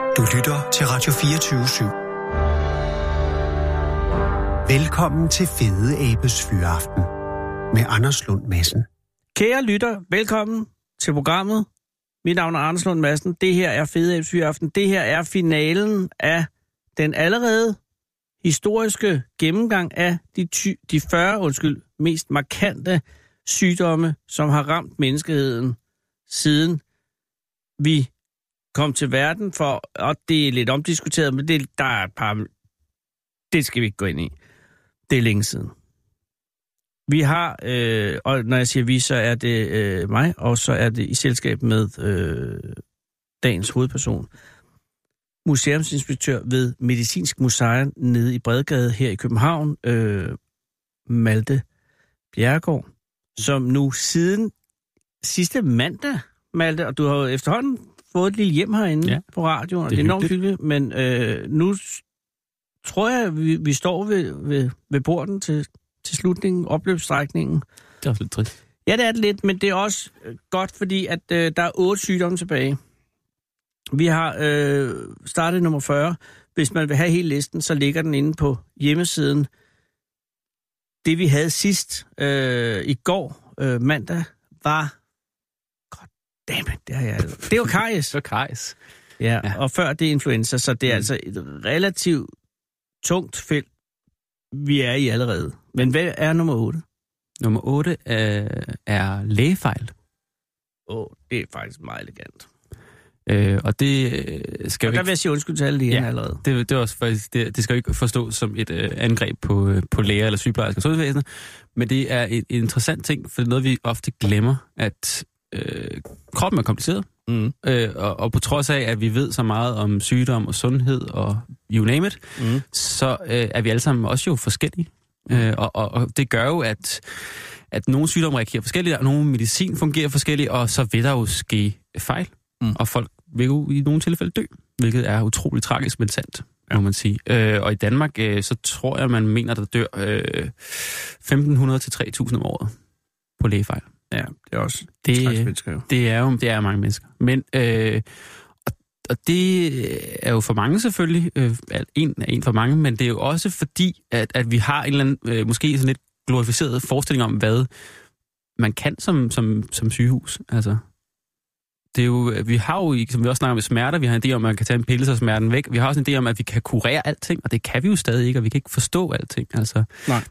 Du lytter til Radio 24/7. Velkommen til Fede Abes Fyraften med Anders Lund Madsen. Kære lytter, velkommen til programmet. Mit navn er Anders Lund Madsen. Det her er Fede Abes Fyraften. Det her er finalen af den allerede historiske gennemgang af de 40 mest markante sygdomme, som har ramt menneskeheden siden vi kom til verden for, og det er lidt omdiskuteret, men det skal vi ikke gå ind i. Det er længe siden. Vi har, og når jeg siger vi, så er det mig, og så er det i selskab med dagens hovedperson, museumsinspektør ved Medicinsk Museum nede i Bredgade her i København, Malte Bjerregaard, som nu siden sidste mandag, Malte, og du har jo efterhånden fået et lille hjem herinde på radioen, og det er enormt hyggeligt, men nu tror jeg, vi står ved porten til slutningen, opløbsstrækningen. Det er også lidt trist. Ja, det er det lidt, men det er også godt, fordi at der er 8 sygdomme tilbage. Vi har startet nummer 40. Hvis man vil have hele listen, så ligger den inde på hjemmesiden. Det vi havde sidst i går, mandag, var... Goddammit, det var karies. Det var karies. Ja, og før det er influenza, så det er altså et relativt tungt felt, vi er i allerede. Men hvad er nummer 8? Nummer 8 er lægefejl. Det er faktisk meget elegant. Og det skal jo ikke... Der vil jeg sige undskyld til alle de her allerede. Det er også faktisk... Det skal jo ikke forstås som et angreb på læger eller sygeplejersker og sundhedsvæsenet, men det er en interessant ting, for det er noget, vi ofte glemmer, at kroppen er kompliceret. Og på trods af, at vi ved så meget om sygdom og sundhed og you name it, så er vi alle sammen også jo forskellige. Og det gør jo, at nogle sygdomme reagerer forskelligt, og nogle medicin fungerer forskelligt, og så vil der jo ske fejl. Og folk vil jo i nogle tilfælde dø, hvilket er utroligt tragisk, men sandt, må man sige. Og i Danmark, så tror jeg, man mener, der dør 1.500 til 3.000 om året på lægefejl. Ja, det er også det er mange mennesker. Men og det er jo for mange selvfølgelig, en for mange, men det er jo også fordi, at vi har en eller anden, måske sådan lidt glorificeret forestilling om, hvad man kan som sygehus. Altså, det er jo, vi har jo, som vi også snakker med smerter, vi har en idé om, at man kan tage en pille, så smerten væk. Vi har også en idé om, at vi kan kurere alting, og det kan vi jo stadig ikke, og vi kan ikke forstå alting. Altså,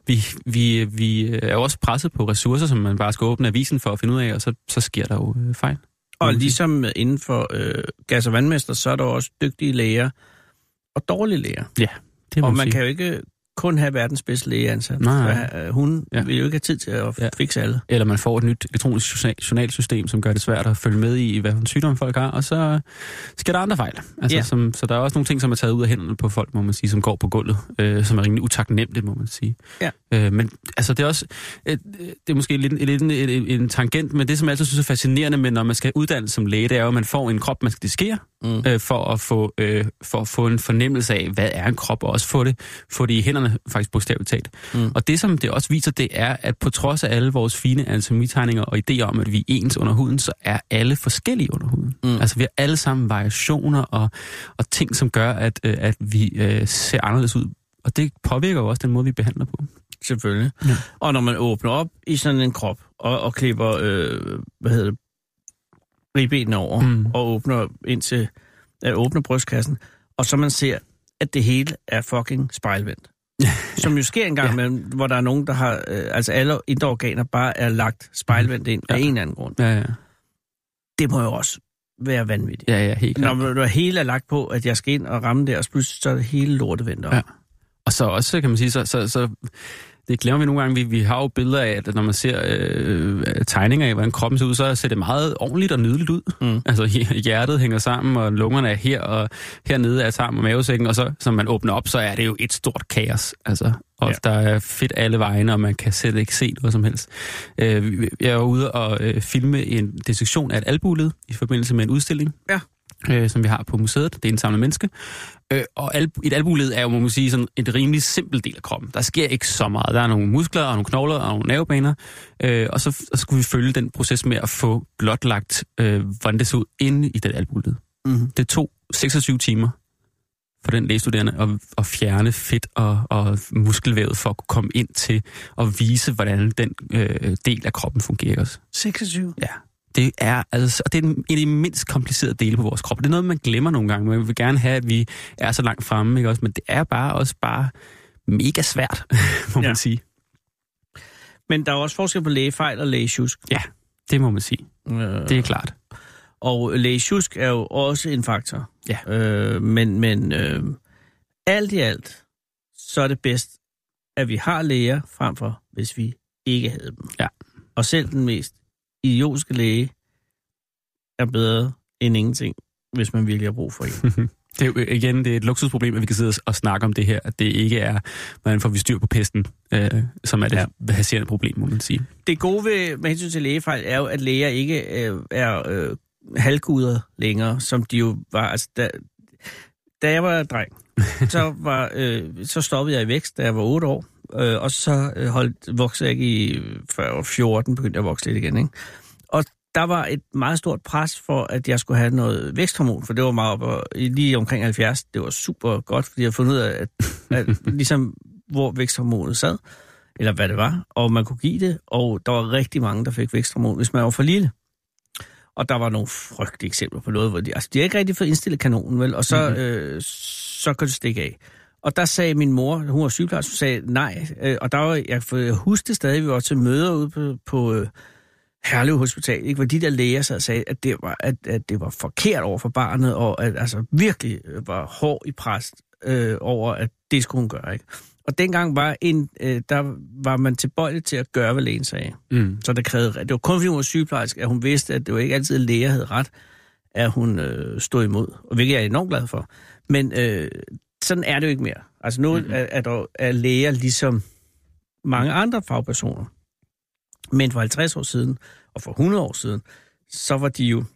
vi er jo også presset på ressourcer, som man bare skal åbne avisen for at finde ud af, og så sker der jo fejl. Og ligesom inden for gas- og vandmester, så er der også dygtige læger og dårlige læger. Ja, det må og man sige. kan jo ikke kun have verdens bedste læge ansat. Hun vil jo ikke have tid til at fikse alle. Eller man får et nyt elektronisk journalsystem, som gør det svært at følge med i, hvad sygdomme folk har, og så sker der andre fejl. Altså, så der er også nogle ting, som er taget ud af hænderne på folk, må man sige, som går på gulvet, som er rimelig utaknemmeligt, må man sige. Ja. Men altså, det er også, det er måske lidt en tangent, men det, som jeg altid synes er fascinerende, men når man skal uddannes som læge, det er jo, at man får en krop, man skal diskere, for at få en fornemmelse af, hvad er en krop, og også få det i hænderne, faktisk bogstaveligt talt. Og det, som det også viser, det er, at på trods af alle vores fine anatomitegninger og idéer om, at vi er ens under huden, så er alle forskellige under huden. Altså, vi har alle sammen variationer og ting, som gør, at vi ser anderledes ud. Og det påvirker jo også den måde, vi behandler på. Selvfølgelig. Ja. Og når man åbner op i sådan en krop, og klipper, ribbenene over, og åbner brystkassen, og så man ser, at det hele er fucking spejlvendt. Som jo sker engang med, hvor der er nogen, der har, altså alle indre organer bare er lagt spejlvendt ind af en eller anden grund. Ja. Det må jo også være vanvittigt. Ja, helt klart. Når du hele er lagt på, at jeg skal ind og ramme det, og pludselig så er det hele lortet vendt op. Ja. Og så også, kan man sige, så det glemmer vi nogle gange. Vi har jo billeder af, at når man ser tegninger af, hvordan kroppen ser ud, så ser det meget ordentligt og nydeligt ud. Altså hjertet hænger sammen, og lungerne er her, og hernede er tarm og mavesækken, og så, når man åbner op, så er det jo et stort kaos. Altså, og der er fedt alle vegne, og man kan slet ikke se noget som helst. Jeg var ude og filme en dissektion af et albueled i forbindelse med en udstilling. Ja. Som vi har på museet. Det er indsamlet menneske. Og et albueled er jo, må man sige, sådan en rimelig simpel del af kroppen. Der sker ikke så meget. Der er nogle muskler og nogle knogler og nogle nervebaner. Og så skulle vi følge den proces med at få blotlagt, hvordan det så ud inde i det albueled. Mm-hmm. Det tog 26 timer for den lægestuderende at fjerne fedt og muskelvævet for at kunne komme ind til at vise, hvordan den del af kroppen fungerer også. 26? Ja. Det er altså, og det er en af de mindst komplicerede dele på vores krop. Det er noget, man glemmer nogle gange. Man vil gerne have, at vi er så langt fremme, ikke også? Men det er bare mega svært, må man sige. Men der er også forskel på lægefejl og lægesjusk. Ja, det må man sige. Det er klart. Og lægesjusk er jo også en faktor. Ja. Men alt i alt, så er det bedst, at vi har læger, frem for hvis vi ikke havde dem. Ja. Og selv den mest idiotiske læge er bedre end ingenting, hvis man virkelig har brug for en. Det er jo igen, det er et luksusproblem, at vi kan sidde og snakke om det her, at det ikke er, hvordan får vi styr på pesten, som er det verserende problem, må man sige. Det gode med hensyn til lægefejl er jo, at læger ikke er halvguder længere, som de jo var. Altså, da jeg var dreng, så stoppede jeg i vækst, da jeg var 8 år, og så voksede jeg ikke før jeg var 14, begyndte jeg at vokse lidt igen, ikke? Og der var et meget stort pres for, at jeg skulle have noget væksthormon, for det var meget op lige omkring 70. Det var super godt, fordi jeg havde fundet ud af, at ligesom hvor væksthormonet sad, eller hvad det var, og man kunne give det, og der var rigtig mange, der fik væksthormon, hvis man var for lille. Og der var nogle frygtelige eksempler på noget, hvor de har ikke rigtig fået indstillet kanonen, vel? Og så kan det stikke af. Og der sagde min mor, hun var sygeplejerske, sagde nej. Og der var, jeg husker stadig, vi var til møder ude på Herlev Hospital, ikke? Hvor de der læger så sagde, at det var forkert over for barnet, og at altså virkelig var hård i pres over, at det skulle hun gøre, ikke? Og dengang var man tilbøjelig til at gøre, hvad lægen sagde. Så det var kun fordi hun var sygeplejerske, at hun vidste, at det var ikke altid, at læger havde ret, at hun stod imod. Og hvilket jeg er enormt glad for. Men sådan er det jo ikke mere. Altså nu er læger ligesom mange andre fagpersoner. Men for 50 år siden, og for 100 år siden, så var de jo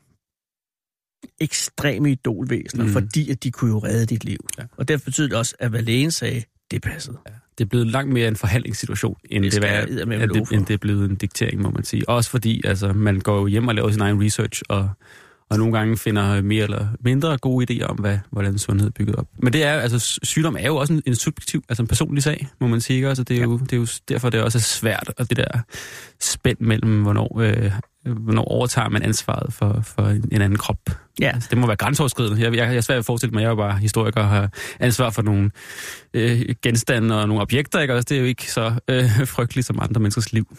ekstreme idolvæsener, fordi at de kunne jo redde dit liv. Ja. Og derfor betyder det også, at hvad lægen sagde, det passede. Ja. Det er blevet langt mere en forhandlingssituation, end det er blevet en diktering, må man sige. Også fordi altså, man går jo hjem og laver sin egen research, og nogle gange finder mere eller mindre gode idéer om, hvordan sundhed er bygget op. Men det er altså, sygdom er jo også en subjektiv, altså en personlig sag, må man sige. Altså, det er jo derfor, det er også svært, og det der spænd mellem, hvornår overtager man ansvaret for en anden krop. Ja. Altså, det må være grænseoverskridende. Jeg er svært at forestille mig, at jeg er bare historiker og har ansvar for nogle genstande og nogle objekter, ikke? Altså, det er jo ikke så frygteligt som andre menneskers liv.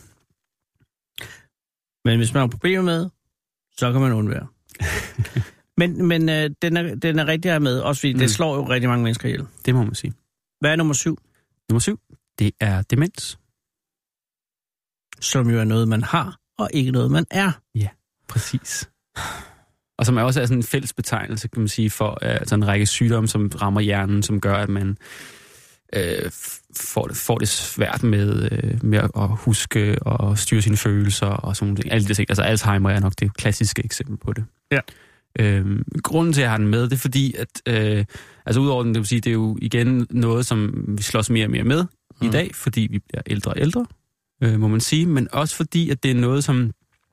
Men hvis man har problemer med, så kan man undvære. men den er rigtig med, også fordi det slår jo rigtig mange mennesker ihjel. Det må man sige. Hvad er nummer 7? Nummer 7, det er demens. Som jo er noget, man har, og ikke noget, man er. Ja, præcis. Og som også er sådan en fælles betegnelse, kan man sige, for altså en række sygdomme, som rammer hjernen, som gør, at man får det svært med at huske og styre sine følelser og sådan noget. Alle de ting. Altså Alzheimer er nok det klassiske eksempel på det. Ja. Grunden til, at jeg har den med, det er fordi, at altså udover den, det vil sige, det er jo igen noget, som vi slås mere og mere med i dag, fordi vi bliver ældre og ældre, må man sige, men også fordi, at det er noget, som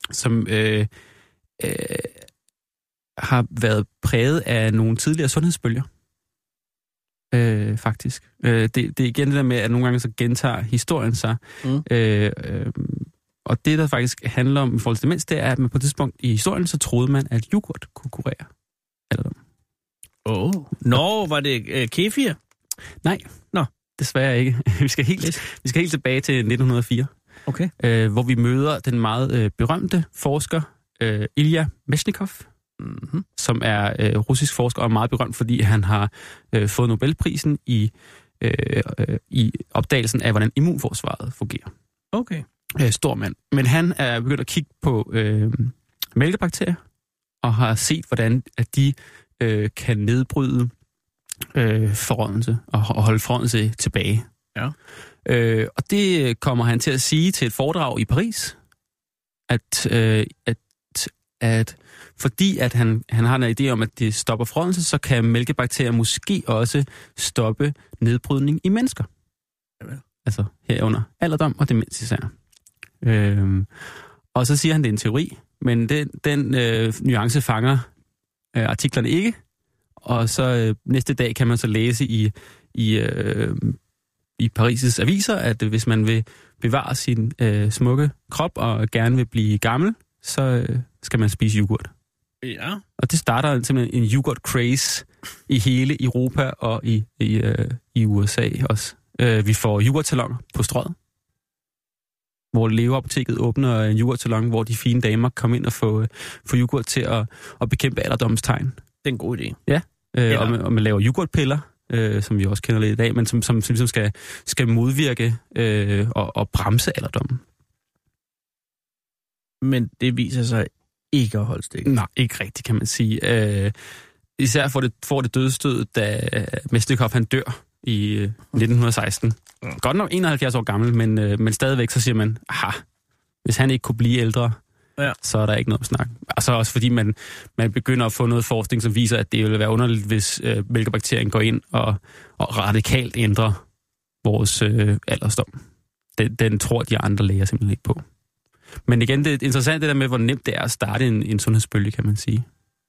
har været præget af nogle tidligere sundhedsbølger. Faktisk. Det er igen det der med, at nogle gange så gentager historien sig. Og det, der faktisk handler om i forhold til demens, det er, at man på et tidspunkt i historien, så troede man, at yoghurt kunne kurere alderdom. Var det kefir? Nej, desværre ikke. Vi skal helt tilbage til 1904, okay. Hvor vi møder den meget berømte forsker, Ilja Meshnikov, som er russisk forsker og meget berømt, fordi han har fået Nobelprisen i opdagelsen af, hvordan immunforsvaret fungerer. Okay. Stor mand. Men han er begyndt at kigge på mælkebakterier, og har set, hvordan at de kan nedbryde forrådnelse og holde forrådnelse tilbage. Ja. Og det kommer han til at sige til et foredrag i Paris, at fordi at han har en idé om, at det stopper forrådnelse, så kan mælkebakterier måske også stoppe nedbrydning i mennesker. Jamen. Altså herunder alderdom og demens især. Og så siger han, det er en teori, men den nuance fanger artiklerne ikke. Og så næste dag kan man så læse i Paris' aviser, at hvis man vil bevare sin smukke krop og gerne vil blive gammel, så skal man spise yoghurt. Ja. Og det starter simpelthen en yoghurt-craze i hele Europa og i USA også. Vi får yoghurtsalonger på Strøget, hvor Leoapoteket åbner en yoghurtsalon, hvor de fine damer kommer ind og får yoghurt til at bekæmpe alderdomstegn. Det er en god idé. Ja, og man laver yoghurtpiller, som vi også kender lidt i dag, men som ligesom skal modvirke og bremse alderdommen. Men det viser sig ikke at holde stik. Nej, ikke rigtigt, kan man sige. Især får det dødsstød, da Mesnikov han dør i 1916. Godt nok 71 år gammel, men stadigvæk så siger man, hvis han ikke kunne blive ældre, så er der ikke noget at snakke. Altså også fordi man begynder at få noget forskning, som viser, at det ville være underligt, hvis mælkebakterien går ind og radikalt ændrer vores aldersdom. Den tror de andre læger simpelthen ikke på. Men igen, det er interessant det der med, hvor nemt det er at starte en sundhedsbølge, kan man sige.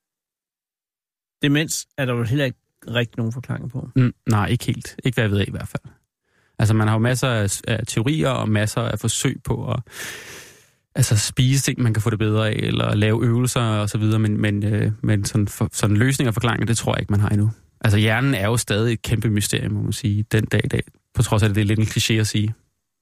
Demens er der jo heller ikke rigtig nogen forklaringer på. Nej, ikke helt. Ikke hvad jeg ved af i hvert fald. Altså man har jo masser af teorier og masser af forsøg på at spise ting, man kan få det bedre af, eller lave øvelser og så videre, men sådan løsninger og forklaringer, det tror jeg ikke, man har endnu. Altså hjernen er jo stadig et kæmpe mysterium, må man sige, den dag i dag. På trods af, at det er lidt en kliché at sige.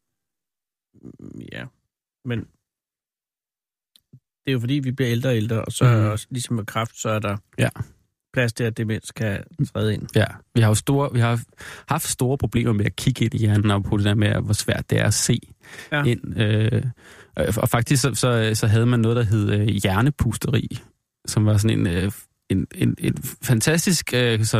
Ja, men det er jo fordi, vi bliver ældre og ældre, og så er også, ligesom med kræft, så er der plads til, at demens kan træde ind. Ja, vi har haft store problemer med at kigge ind i hjernen, og på det der med, hvor svært det er at se ind. Og faktisk så havde man noget, der hed hjernepusteri, som var sådan en fantastisk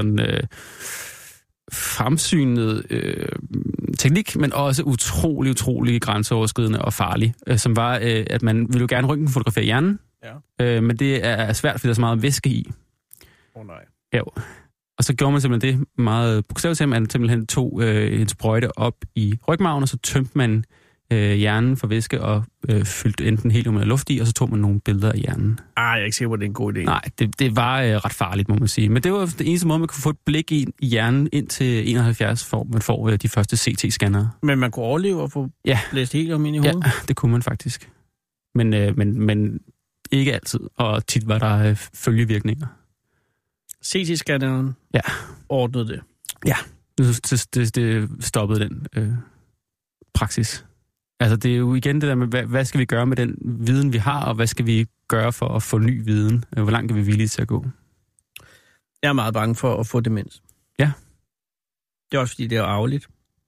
fremsynet teknik, men også utrolig grænseoverskridende og farlig, som var, at man ville jo gerne røntgenfotografere hjernen, men det er svært, fordi der er så meget væske i. Nej. Ja. Og så gjorde man simpelthen det meget bogstaveligt, at man simpelthen tog en sprøjte op i rygmarven, og så tømte man hjernen for væske og fyldte enten helium eller luft i, og så tog man nogle billeder af hjernen. Jeg er ikke sikker på, at det er en god idé. Nej, det var ret farligt, må man sige. Men det var det eneste måde, man kunne få et blik i hjernen indtil 71, for man får de første CT-scannere. Men man kunne overleve og få blæst helium ind i hovedet? Ja, det kunne man faktisk. Men ikke altid, og tit var der følgevirkninger. CT-scanneren ordnede det? Ja, det stoppede den praksis. Altså det er jo igen det der med, hvad skal vi gøre med den viden, vi har, og hvad skal vi gøre for at få ny viden? Hvor langt er vi villige til at gå? Jeg er meget bange for at få demens. Ja. Det er også fordi, det er arveligt.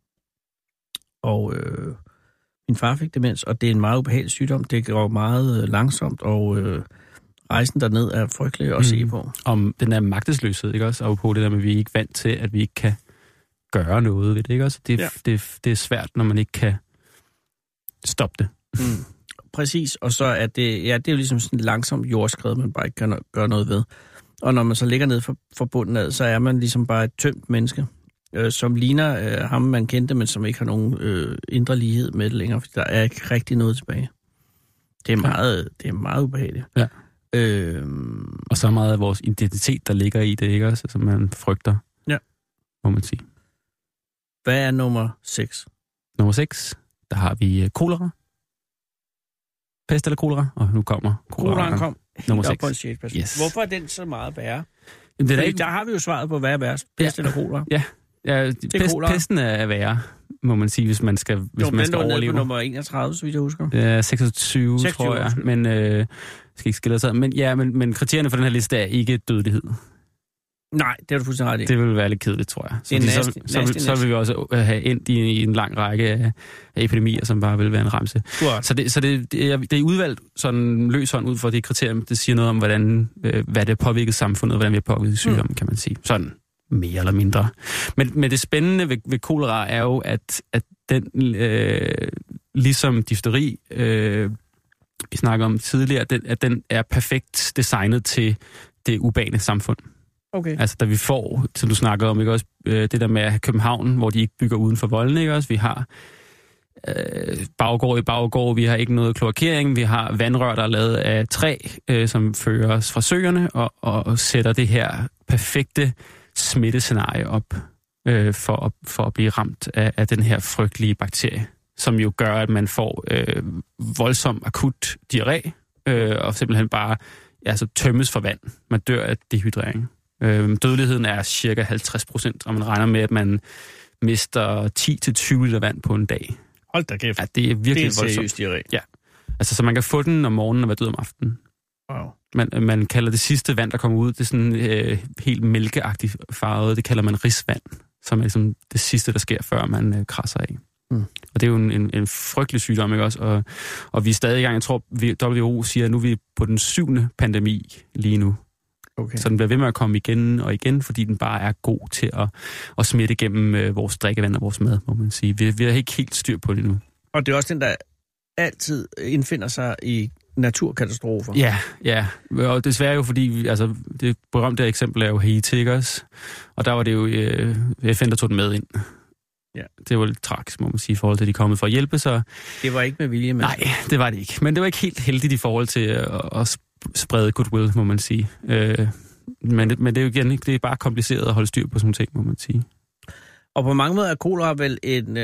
Og min far fik demens, og det er en meget ubehagelig sygdom. Det går meget langsomt, og rejsen derned er frygtelig at se på. Om den der magtesløshed, ikke også? Og på det der med, at vi ikke er vant til, at vi ikke kan gøre noget ved det, ikke også? Det er svært, når man ikke kan stoppe det. Præcis, og så er det er jo ligesom sådan langsomt jordskred, man bare ikke kan gøre noget ved. Og når man så ligger ned for bunden af, så er man ligesom bare et tømt menneske, som ligner ham, man kendte, men som ikke har nogen indre lighed med det længere, fordi der er ikke rigtig noget tilbage. Det er meget ubehageligt. Ja. Og så meget af vores identitet, der ligger i det, ikke også? Som man frygter, må man sige. Hvad er nummer 6? Nummer 6, der har vi kolera. Pest eller kolera? Og nu kommer koleraen. Kom nummer 6. På en 6. Yes. Hvorfor er den så meget værre? Jamen, ikke... Der har vi jo svaret på, hvad er værst. Pest eller kolera? Ja, pesten er værre, må man sige, hvis man skal overleve. Den på nummer 31, så vidt jeg husker. Ja, 26 tror jeg. Men skal ikke skille sig. Men kriterierne for den her liste er ikke dødelighed. Nej, det er du fuldstændig ret i. Det ville være lidt kedeligt, tror jeg. Så vil vi også have endt i en lang række af epidemier, som bare vil være en remse. Så det er udvalgt sådan løs hånd ud for det kriterium. Det siger noget om, hvad det påvirker samfundet, og hvordan vi har påvirket sygdommen, kan man sige. Sådan mere eller mindre. Men det spændende ved kolera er jo, at den, ligesom difteri, vi snakker om tidligere, at den er perfekt designet til det urbane samfund. Okay. Altså, da vi får, som du snakker om, ikke også, det der med København, hvor de ikke bygger uden for volden, ikke også? Vi har baggård. Vi har ikke noget kloakering. Vi har vandrør, der er lavet af træ, som fører os fra søerne og sætter det her perfekte smittescenarie op for at blive ramt af den her frygtelige bakterie, som jo gør, at man får voldsom akut diarré og simpelthen bare tømmes for vand. Man dør af dehydrering. Dødeligheden er cirka 50%, og man regner med, at man mister 10-20 liter vand på en dag. Hold da kæft. Ja, det er virkelig voldsomt. Det er seriøst diarré. Ja. Altså, så man kan få den om morgenen og være død om aftenen. Wow. Man kalder det sidste vand, der kommer ud, det er sådan helt mælkeagtigt farvet. Det kalder man risvand, som er ligesom det sidste, der sker, før man krasser af. Mm. Og det er jo en frygtelig sygdom, ikke også? Og vi er stadig i gang, jeg tror, WHO siger, at nu er vi på den 7. pandemi lige nu. Okay. Så den bliver ved med at komme igen og igen, fordi den bare er god til at smitte gennem vores drikkevand og vores mad, må man sige. Vi har ikke helt styr på det nu. Og det er også den, der altid indfinder sig i naturkatastrofer. Ja. Og desværre jo, fordi det berømte eksempel er jo Haiti, ikke også? Og der var det jo FN, der tog den med ind. Ja. Det var lidt tragisk, må man sige, i forhold til, at de kom for at hjælpe sig. Det var ikke med vilje, men... Nej, det var det ikke. Men det var ikke helt heldigt i forhold til at sprede goodwill, må man sige. Men det er jo igen, det er bare kompliceret at holde styr på sådan nogle ting, må man sige. Og på mange måder er kolera vel en...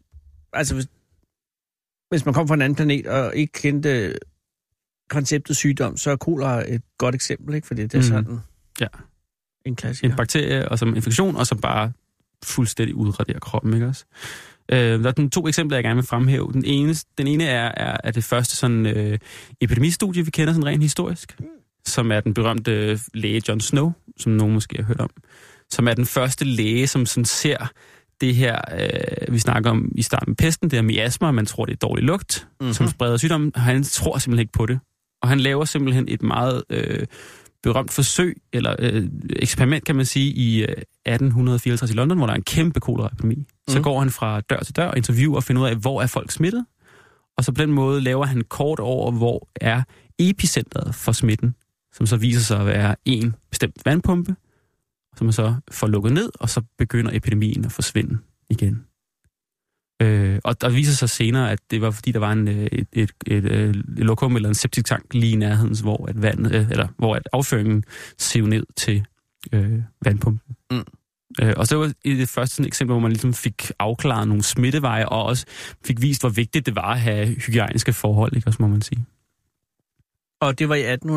hvis man kom fra en anden planet og ikke kendte konceptet sygdom, så er kolera et godt eksempel, ikke? Fordi det er sådan en klassiker. En bakterie, og som infektion, og som bare fuldstændig udraderer kroppen, ikke også? Der er 2 eksempler, jeg gerne vil fremhæve. Den ene er det første sådan epidemistudie, vi kender sådan rent historisk, som er den berømte læge John Snow, som nogen måske har hørt om, som er den første læge, som sådan ser det her, vi snakker om i starten med pesten, det her miasmer, man tror, det er dårlig lugt, som spreder sygdommen, og han tror simpelthen ikke på det. Og han laver simpelthen et meget berømt forsøg, eller eksperiment, kan man sige, i 1854 i London, hvor der er en kæmpe koleraepidemi. Så går han fra dør til dør og interviewer og finder ud af, hvor er folk smittet. Og så på den måde laver han kort over, hvor er epicentret for smitten, som så viser sig at være en bestemt vandpumpe, som man så får lukket ned, og så begynder epidemien at forsvinde igen. Og der viser sig senere, at det var fordi, der var et lokum eller en septiktank lige i nærheden, hvor at afføringen sev ned til vandpumpen. Og så var det første sådan eksempel, hvor man ligesom fik afklaret nogle smitteveje, og også fik vist, hvor vigtigt det var at have hygiejniske forhold, ikke også, må man sige. Og det var i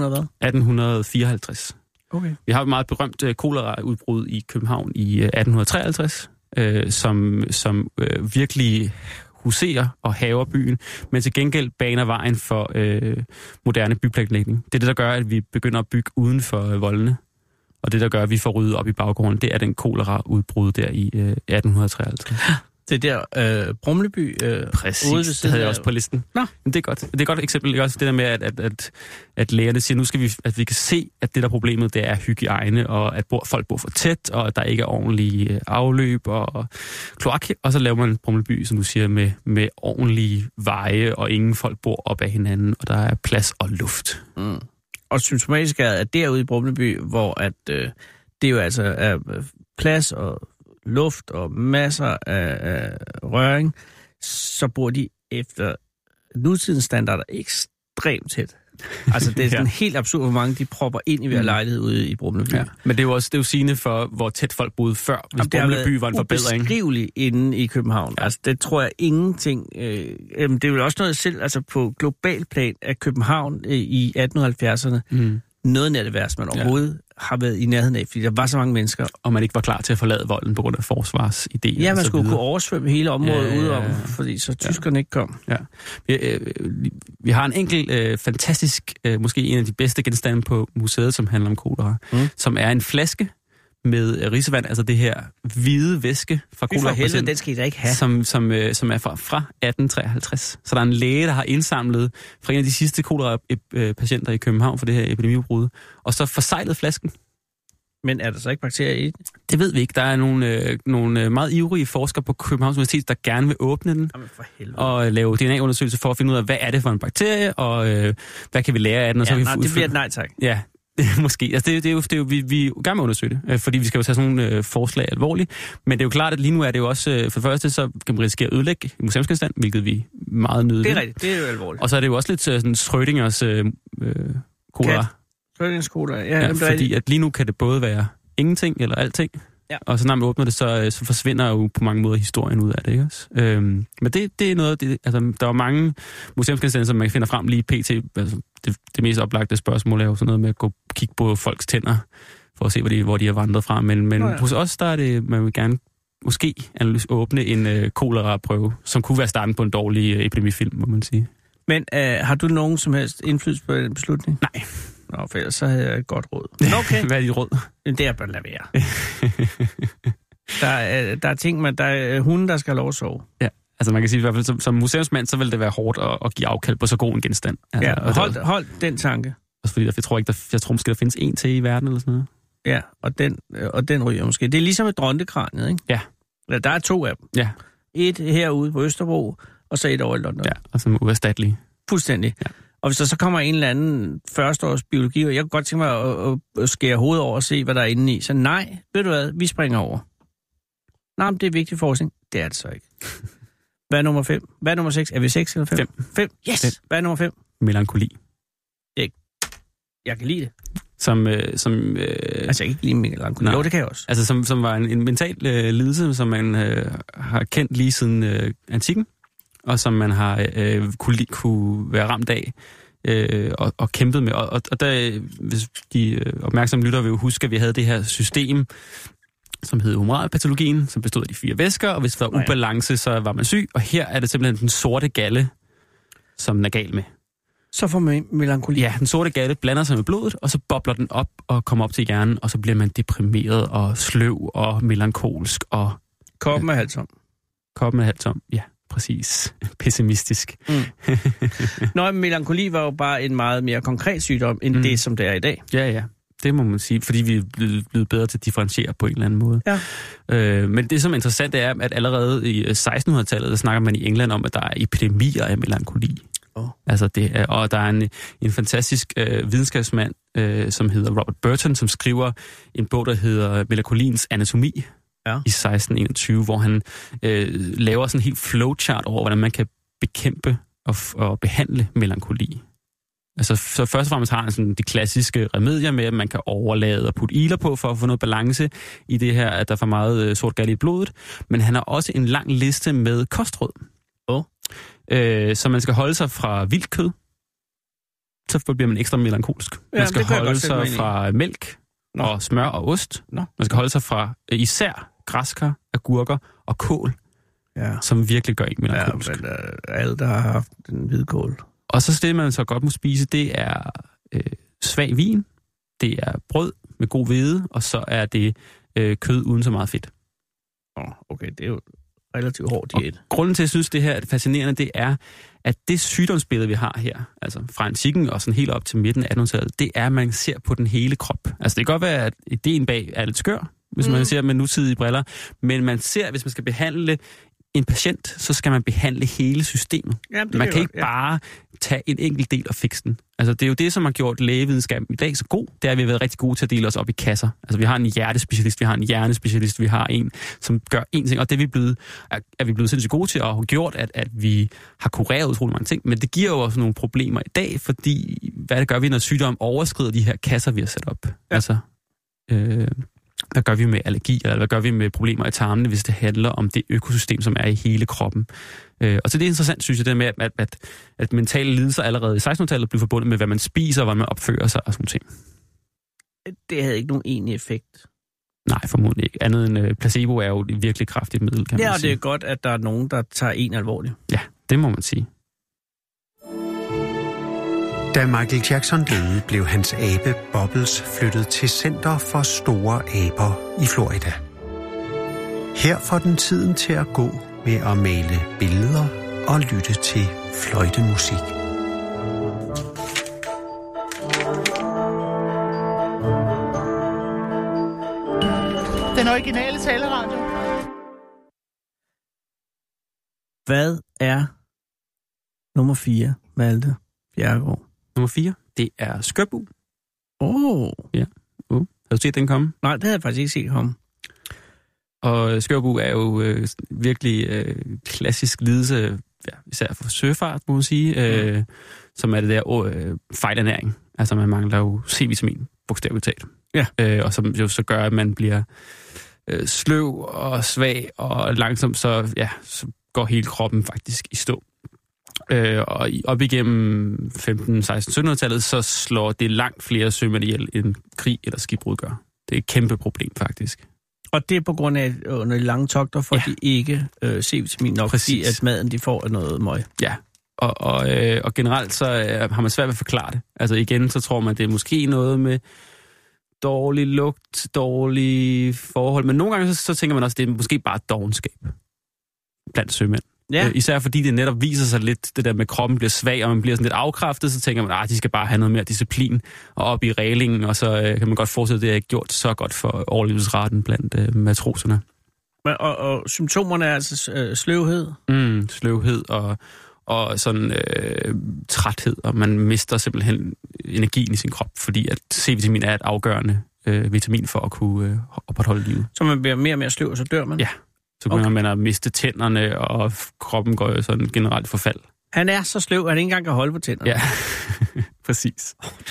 1854. Okay. Vi har et meget berømt koleraudbrud i København i 1853, som virkelig huserer og haver byen, men til gengæld baner vejen for moderne byplanlægning. Det er det, der gør, at vi begynder at bygge uden for voldene, og det, der gør, at vi får ryddet op i baggrunden, det er den koleraudbrud der i 1853. Det der Brumleby. Præcis, det havde jeg også på listen. Nå. Men det er godt. Det er et godt eksempel, også det der med, at lægerne siger, nu skal vi kan se, at det der problemet, det er hygiejne, og at folk bor for tæt, og at der ikke er ordentlige afløb og kloak. Og så laver man en Brumleby, som du siger, med ordentlige veje, og ingen folk bor op ad hinanden, og der er plads og luft. Mm. Og symptomatisk er, at derude i Brumleby, hvor at, det jo altså er plads og luft og masser af røring, så bor de efter nutidens standarder ekstremt tæt. Altså det er sådan helt absurd, hvor mange de propper ind i hver lejlighed ude i Brumleby. Ja. Men det er jo også sigende for, hvor tæt folk boede før, hvis Brumleby var en forbedring. Det er ubeskriveligt inde i København. Ja. Altså det tror jeg ingenting... det er jo også noget selv, altså på global plan af København i 1870'erne, noget nær det værste, man overhovedet har været i nærheden af, fordi der var så mange mennesker. Og man ikke var klar til at forlade volden på grund af forsvarsidéer. Ja, man skulle kunne oversvømme hele området udeom, fordi så tyskerne ikke kom. Ja. Vi har en enkelt fantastisk, måske en af de bedste genstande på museet, som handler om kolera, som er en flaske med risevand, altså det her hvide væske fra kolera-patienten. Den skal I da ikke have. Som er fra 1853. Så der er en læge, der har indsamlet fra en af de sidste kolera-patienter i København for det her epidemiudbrud, og så forsejlet flasken. Men er der så ikke bakterier i den? Det ved vi ikke. Der er nogle meget ivrige forskere på Københavns Universitet, der gerne vil åbne den og lave DNA-undersøgelser for at finde ud af, hvad er det for en bakterie, og hvad kan vi lære af den? Og så det bliver et nej tak. Ja. Måske. Altså, det er jo, vi er gerne med at undersøge det, fordi vi skal jo tage sådan nogle forslag alvorligt. Men det er jo klart, at lige nu er det jo også, for det første, så kan man risikere at ødelægge museumsgenstand, hvilket vi meget nødigt. Det er rigtigt, det er jo alvorligt. Og så er det jo også lidt sådan Schrödingers kolera. Schrödingers kolera, ja. Fordi at lige nu kan det både være ingenting eller alting. Ja. Og så når man åbner det, så forsvinder jo på mange måder historien ud af det, ikke også? Men det er noget af det, altså der er mange museumsgenstande, som man finder frem lige pt. Altså, det mest oplagte spørgsmål er jo sådan noget med at kigge på folks tænder, for at se, hvor de har vandret fra. Men hos os, der er det, man vil gerne måske åbne en kolera-prøve, som kunne være starten på en dårlig epidemifilm, må man sige. Men har du nogen som helst indflydelse på den beslutning? Nej. Nå, for ellers så havde jeg et godt råd. Men okay. Hvad er dit råd? Det er bare at lade være. Der er ting, der er hunde, der skal have lov at sove. Ja, altså man kan sige i hvert fald, som museumsmand, så vil det være hårdt at give afkald på så god en genstand. Altså, ja, hold den tanke. Også fordi jeg tror måske, der findes en til i verden eller sådan noget. Ja, og den ryger måske. Det er ligesom et drontekraniet, ikke? Ja. Ja, der er 2 af dem. Ja. Et herude på Østerbro, og så et over i London. Ja, og som er uerstattelige. Fuldstændig. Ja. Og hvis der så kommer en eller anden førsteårs biologi, og jeg kunne godt tænke mig at skære hovedet over og se, hvad der er inde i. Så nej, ved du hvad, vi springer over. Nej, men det er vigtig forskning. Det er det så ikke. Hvad er nummer 5? Hvad er nummer 6? Er vi 6 eller 5? 5. Yes! 5. Hvad er nummer 5? Melankoli. Jeg kan lide det. Altså, jeg kan ikke lide melankoli. Jo, det kan jeg også. Altså, som var en mental lidelse, som man har kendt lige siden antikken, og som man har kunne være ramt af og kæmpet med. Og der, hvis de opmærksomme lyttere vil jo huske, at vi havde det her system, som hed humoralpatologien, som bestod af de 4 væsker, og hvis der var ubalance, så var man syg. Og her er det simpelthen den sorte galle, som den er gal med. Så får man melankoli. Ja, den sorte galle blander sig med blodet, og så bobler den op og kommer op til hjernen, og så bliver man deprimeret og sløv og melankolsk. Og koppen er halvt tom. Koppen er halvt tom, ja. Præcis. Pessimistisk. Nå, men melankoli var jo bare en meget mere konkret sygdom, end det, som det er i dag. Ja. Det må man sige, fordi vi er blevet bedre til at differentiere på en eller anden måde. Ja. Men det, som er interessant, er, at allerede i 1600-tallet, der snakker man i England om, at der er epidemier af melankoli. Altså og der er en fantastisk videnskabsmand, som hedder Robert Burton, som skriver en bog, der hedder Melankolins anatomi. Ja. I 1621, hvor han laver sådan en helt flowchart over, hvordan man kan bekæmpe og behandle melankoli. Altså, så først og fremmest har han sådan de klassiske remedier med, at man kan overlade og putte iler på for at få noget balance i det her, at der er for meget sort galle i blodet. Men han har også en lang liste med kostråd. Så man skal holde sig fra vildt kød, så bliver man ekstra melankolsk. Man skal holde sig fra mælk og smør og ost. Man skal holde sig fra især græskar, agurker og kål, som virkelig gør en melankolsk. Ja, men alle, der har haft den hvidkål. Og så det, man så godt må spise, det er svag vin, det er brød med god hvede, og så er det kød uden så meget fedt. Okay, det er jo relativt hård diæt. Og grunden til, at jeg synes, det her er fascinerende, det er, at det sygdomsbillede, vi har her, altså fra antikken og sådan helt op til midten af 1800-tallet, det er, at man ser på den hele krop. Altså det kan godt være, at ideen bag er lidt skør, hvis man ser med nutidige briller, men man ser, hvis man skal behandle en patient, så skal man behandle hele systemet. Jamen, man kan ikke bare tage en enkelt del og fikse den. Altså, det er jo det, som har gjort lægevidenskaben i dag så god. Det er, at vi har været rigtig gode til at dele os op i kasser. Altså, vi har en hjertespecialist, vi har en hjernespecialist, vi har en, som gør én ting. Og det er vi blevet sindssygt gode til, og har gjort, at vi har kureret utrolig mange ting. Men det giver jo også nogle problemer i dag, fordi hvad det gør vi, når sygdom overskrider de her kasser, vi har sat op? Ja. Altså, hvad gør vi med allergi, eller hvad gør vi med problemer i tarmene, hvis det handler om det økosystem, som er i hele kroppen. Og så det er interessant, synes jeg, det med, at mentale lidelser allerede i 1600-tallet blev forbundet med, hvad man spiser, og hvordan man opfører sig og sådan ting. Det havde ikke nogen egentlig effekt. Nej, formodentlig ikke. Andet end placebo er jo et virkelig kraftigt middel, kan man sige. Ja, og det er godt, at der er nogen, der tager en alvorligt. Ja, det må man sige. Da Michael Jackson døde, blev hans abe Bubbles flyttet til Center for Store Aber i Florida. Her får den tiden til at gå med at male billeder og lytte til fløjtemusik. Den originale taleradio. Hvad er nummer 4, Malte Bjerregaard? Nummer 4, det er skørbug. Ja. Har du set den komme? Nej, det havde jeg faktisk ikke set komme. Og skørbug er jo virkelig klassisk lidelse, især for søfart, må man sige, som er det der fejlernæring. Altså man mangler jo C-vitamin, bogstaveligt talt. Ja. Og som jo så gør, at man bliver sløv og svag og langsomt, så går hele kroppen faktisk i stå. Og op igennem 15, 16, 1700-tallet, så slår det langt flere sømænd ihjel, end krig eller skibbrud gør. Det er et kæmpe problem, faktisk. Og det er på grund af, under de lange togter, får de ikke C-vitamin nok, fordi at maden de får noget møg. Ja, og generelt så har man svært ved at forklare det. Altså igen, så tror man, det er måske noget med dårlig lugt, dårlige forhold, men nogle gange så tænker man også, det er måske bare dovenskab blandt sømænd. Ja. Især fordi det netop viser sig lidt, det der med, at kroppen bliver svag, og man bliver sådan lidt afkræftet, så tænker man, de skal bare have noget mere disciplin, og op i reglingen, og så kan man godt fortsætte, det har gjort så godt for overlevelsesraten blandt matroserne. Og symptomerne er altså sløvhed? Sløvhed og sådan træthed, og man mister simpelthen energien i sin krop, fordi at C-vitamin er et afgørende vitamin for at kunne opretholde livet. Så man bliver mere og mere sløv, og så dør man? Ja. Så begynder man at miste tænderne, og kroppen går jo sådan generelt forfald. Han er så sløv, at han ikke engang kan holde på tænderne. Ja, præcis.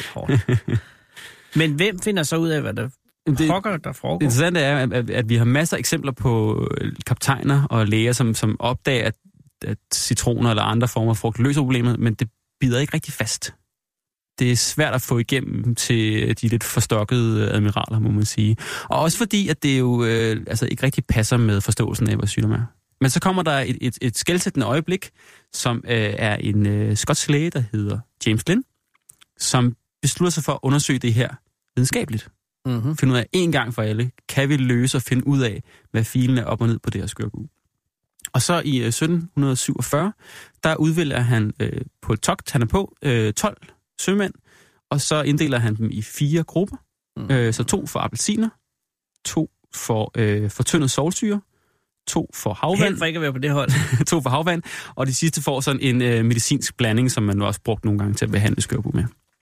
Men hvem finder så ud af, hvad der foregår? Det interessante er, at vi har masser af eksempler på kaptajner og læger, som opdager, at citroner eller andre former af frugt løser problemet, men det bider ikke rigtig fast. Det er svært at få igennem til de lidt forstokkede admiraler, må man sige. Og også fordi, at det jo ikke rigtig passer med forståelsen af, hvad sygdom er. Men så kommer der et skelsættende øjeblik, som er en skotsk læge, der hedder James Lind, som beslutter sig for at undersøge det her videnskabeligt. Mm-hmm. Finde ud af en gang for alle, kan vi løse og finde ud af, hvad filen er op og ned på det her skørbug. Og så i 1747, der udvælger han på et togt, han er på 12 sømænd, og så inddeler han dem i 4 grupper. Så 2 for appelsiner, 2 for fortyndet solsyre, 2 for havvand. Helt for ikke at være på det hold. 2 for havvand, og de sidste får sådan en medicinsk blanding, som man også brugt nogle gange til at behandle skørbug med.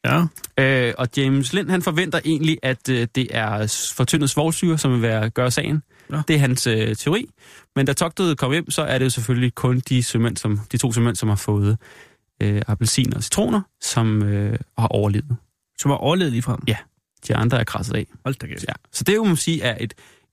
Ja. Og James Lind, han forventer egentlig, at det er fortyndet svovlsyre, som vil gøre sagen. Ja. Det er hans teori. Men da togtet kom hjem, så er det jo selvfølgelig kun de 2 sømænd, som har fået appelsiner og citroner, som har overlevet. Som har overlevet ligefrem? Ja, de andre er krasset af. Hold da kæft. Ja. Så det jo, må sige, er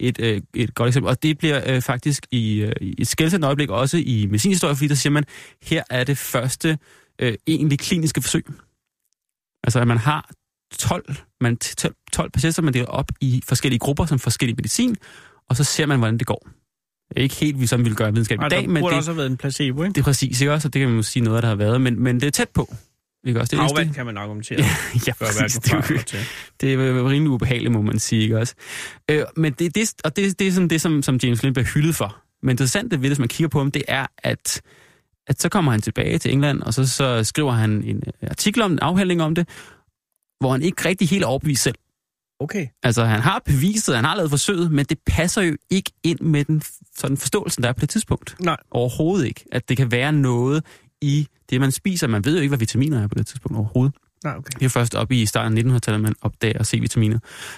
et godt eksempel. Og det bliver faktisk i et skelsættende øjeblik også i medicinhistorie, fordi der siger man, her er det første egentlig kliniske forsøg. Altså, at man har 12 patienter, man deler op i forskellige grupper, som forskellige medicin, og så ser man, hvordan det går. Det er ikke helt, vi sådan ville gøre videnskab i dag, men det burde også have været en placebo, ikke? Det er præcis, ikke også? Og det kan man sige noget, der har været, men det er tæt på. Ikke også? Havvand kan man argumentere. Ja, præcis. Det er rimelig ubehageligt, må man sige, ikke også? Men det er sådan det, som James Lind bliver hyldet for. Men det interessante ved det, hvis man kigger på ham, det er, at så kommer han tilbage til England, og så skriver han en artikel om en afhandling om det, hvor han ikke rigtig helt er overbevist selv. Okay. Altså, han har beviset, han har lavet forsøget, men det passer jo ikke ind med den sådan forståelsen, der er på det tidspunkt. Nej. Overhovedet ikke. At det kan være noget i det, man spiser. Man ved jo ikke, hvad vitaminer er på det tidspunkt overhovedet. Nej, okay. Det er først op i starten af 1900-tallet, man opdager C-vitaminer.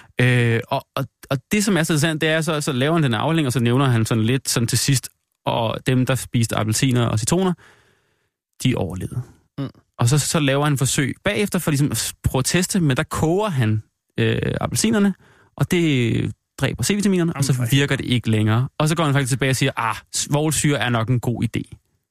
Og det, som er så interessant, det er, så laver han den afhandling, og så nævner han sådan lidt sådan til sidst, og dem, der spiste appelsiner og citroner, de overlevede. Og så laver han forsøg bagefter for ligesom at prøve at teste, men der koger han appelsinerne, og det dræber C-vitaminerne, og så virker det ikke længere. Og så går han faktisk tilbage og siger, svovlsyre er nok en god idé.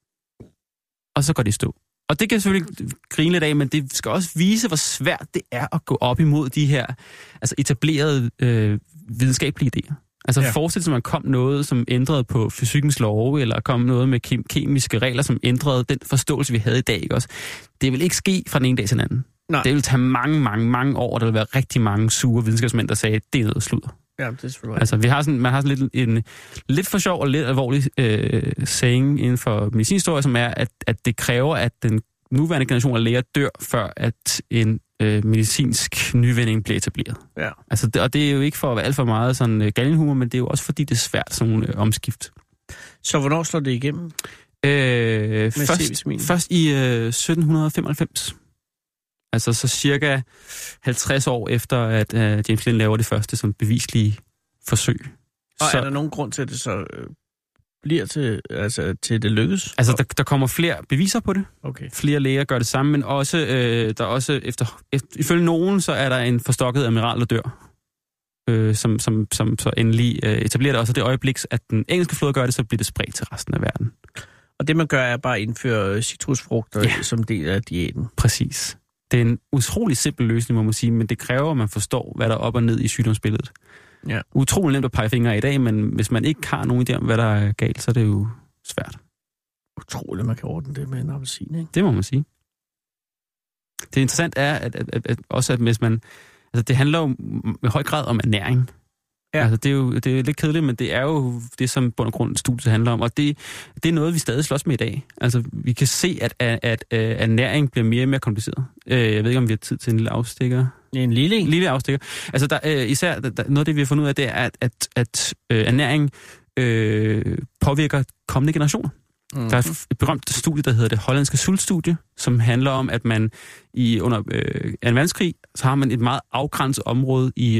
Og så går det i stå. Og det kan selvfølgelig grine lidt af, men det skal også vise, hvor svært det er at gå op imod de her etablerede videnskabelige idéer. Altså forestil sig, at man kom noget, som ændrede på fysikkens love, eller kom noget med kemiske regler, som ændrede den forståelse, vi havde i dag. Ikke også? Det vil ikke ske fra den ene dag til den anden. Nej. Det vil tage mange år, og der vil være rigtig mange sure videnskabsmænd, der sagde, det er noget sludder. Ja, det er selvfølgelig. Altså, man har sådan en lidt for sjov og lidt alvorlig saying inden for medicinhistorie, som er, at det kræver, at den nuværende generation af læger dør, før at en medicinsk nyvinding bliver etableret. Ja. Altså, og det er jo ikke for at være alt for meget sådan galgenhumor, men det er jo også fordi, det er svært sådan nogle omskift. Så hvornår slår det igennem? Først i 1795. Altså så cirka 50 år efter, at James Lind laver det første som bevislige forsøg. Og så, er der nogen grund til, at det så bliver til det lykkes? Altså, der kommer flere beviser på det. Okay. Flere læger gør det samme, men også, der også ifølge nogen, så er der en forstokket admiral, der dør. Som så endelig etablerer det også. Og det øjeblik, at den engelske flåde gør det, så bliver det spredt til resten af verden. Og det, man gør, er bare at indføre citrusfrugter som del af diæten. Præcis. Det er en utrolig simpel løsning, må man sige, men det kræver, at man forstår, hvad der er op og ned i sygdomsbilledet. Ja. Utrolig nemt at pege fingre i dag, men hvis man ikke har nogen idé om, hvad der er galt, så er det jo svært. Utroligt, man kan ordne det med en appelsin, ikke? Det må man sige. Det interessante er, at også at hvis man... Altså, det handler jo i høj grad om ernæring. Ja. Altså, det er lidt kedeligt, men det er jo det, som bund og grund studiet handler om. Og det er noget, vi stadig slås med i dag. Altså, vi kan se, at ernæring bliver mere og mere kompliceret. Jeg ved ikke, om vi har tid til en lille afstikker. En lille afstikker. Altså, især noget af det, vi har fundet ud af, det er, at ernæring påvirker kommende generationer. Mm-hmm. Der er et berømt studie, der hedder det hollandske sultstudie, som handler om, at man under 2. verdenskrig, så har man et meget afgrænset område i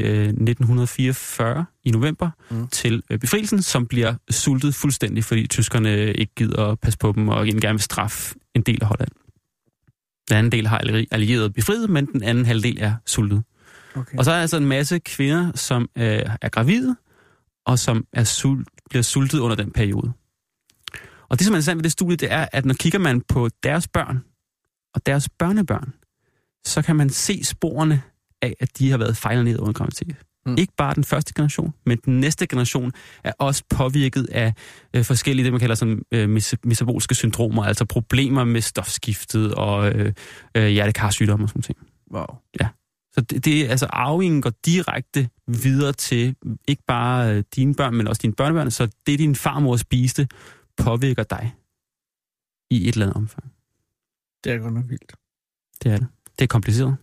1944 i november til befrielsen, som bliver sultet fuldstændig, fordi tyskerne ikke gider at passe på dem og gerne vil straffe en del af Holland. Den anden del har allieret befriet, men den anden halvdel er sultet. Okay. Og så er der altså en masse kvinder, som er gravide, og som bliver sultet under den periode. Og det, som er interessant ved det studie, det er, at når kigger man på deres børn og deres børnebørn, så kan man se sporene af, at de har været fejlernæret under graviditet. Ikke bare den første generation, men den næste generation er også påvirket af forskellige, det man kalder som metabolske syndromer, altså problemer med stofskiftet og hjertekarsygdomme og sådan ting. Wow. Ja. Så det altså arvingen går direkte videre til ikke bare dine børn, men også dine børnebørn, så det din farmor spiste, påvirker dig i et eller andet omfang. Det er godt nok vildt. Det er det. Det er kompliceret.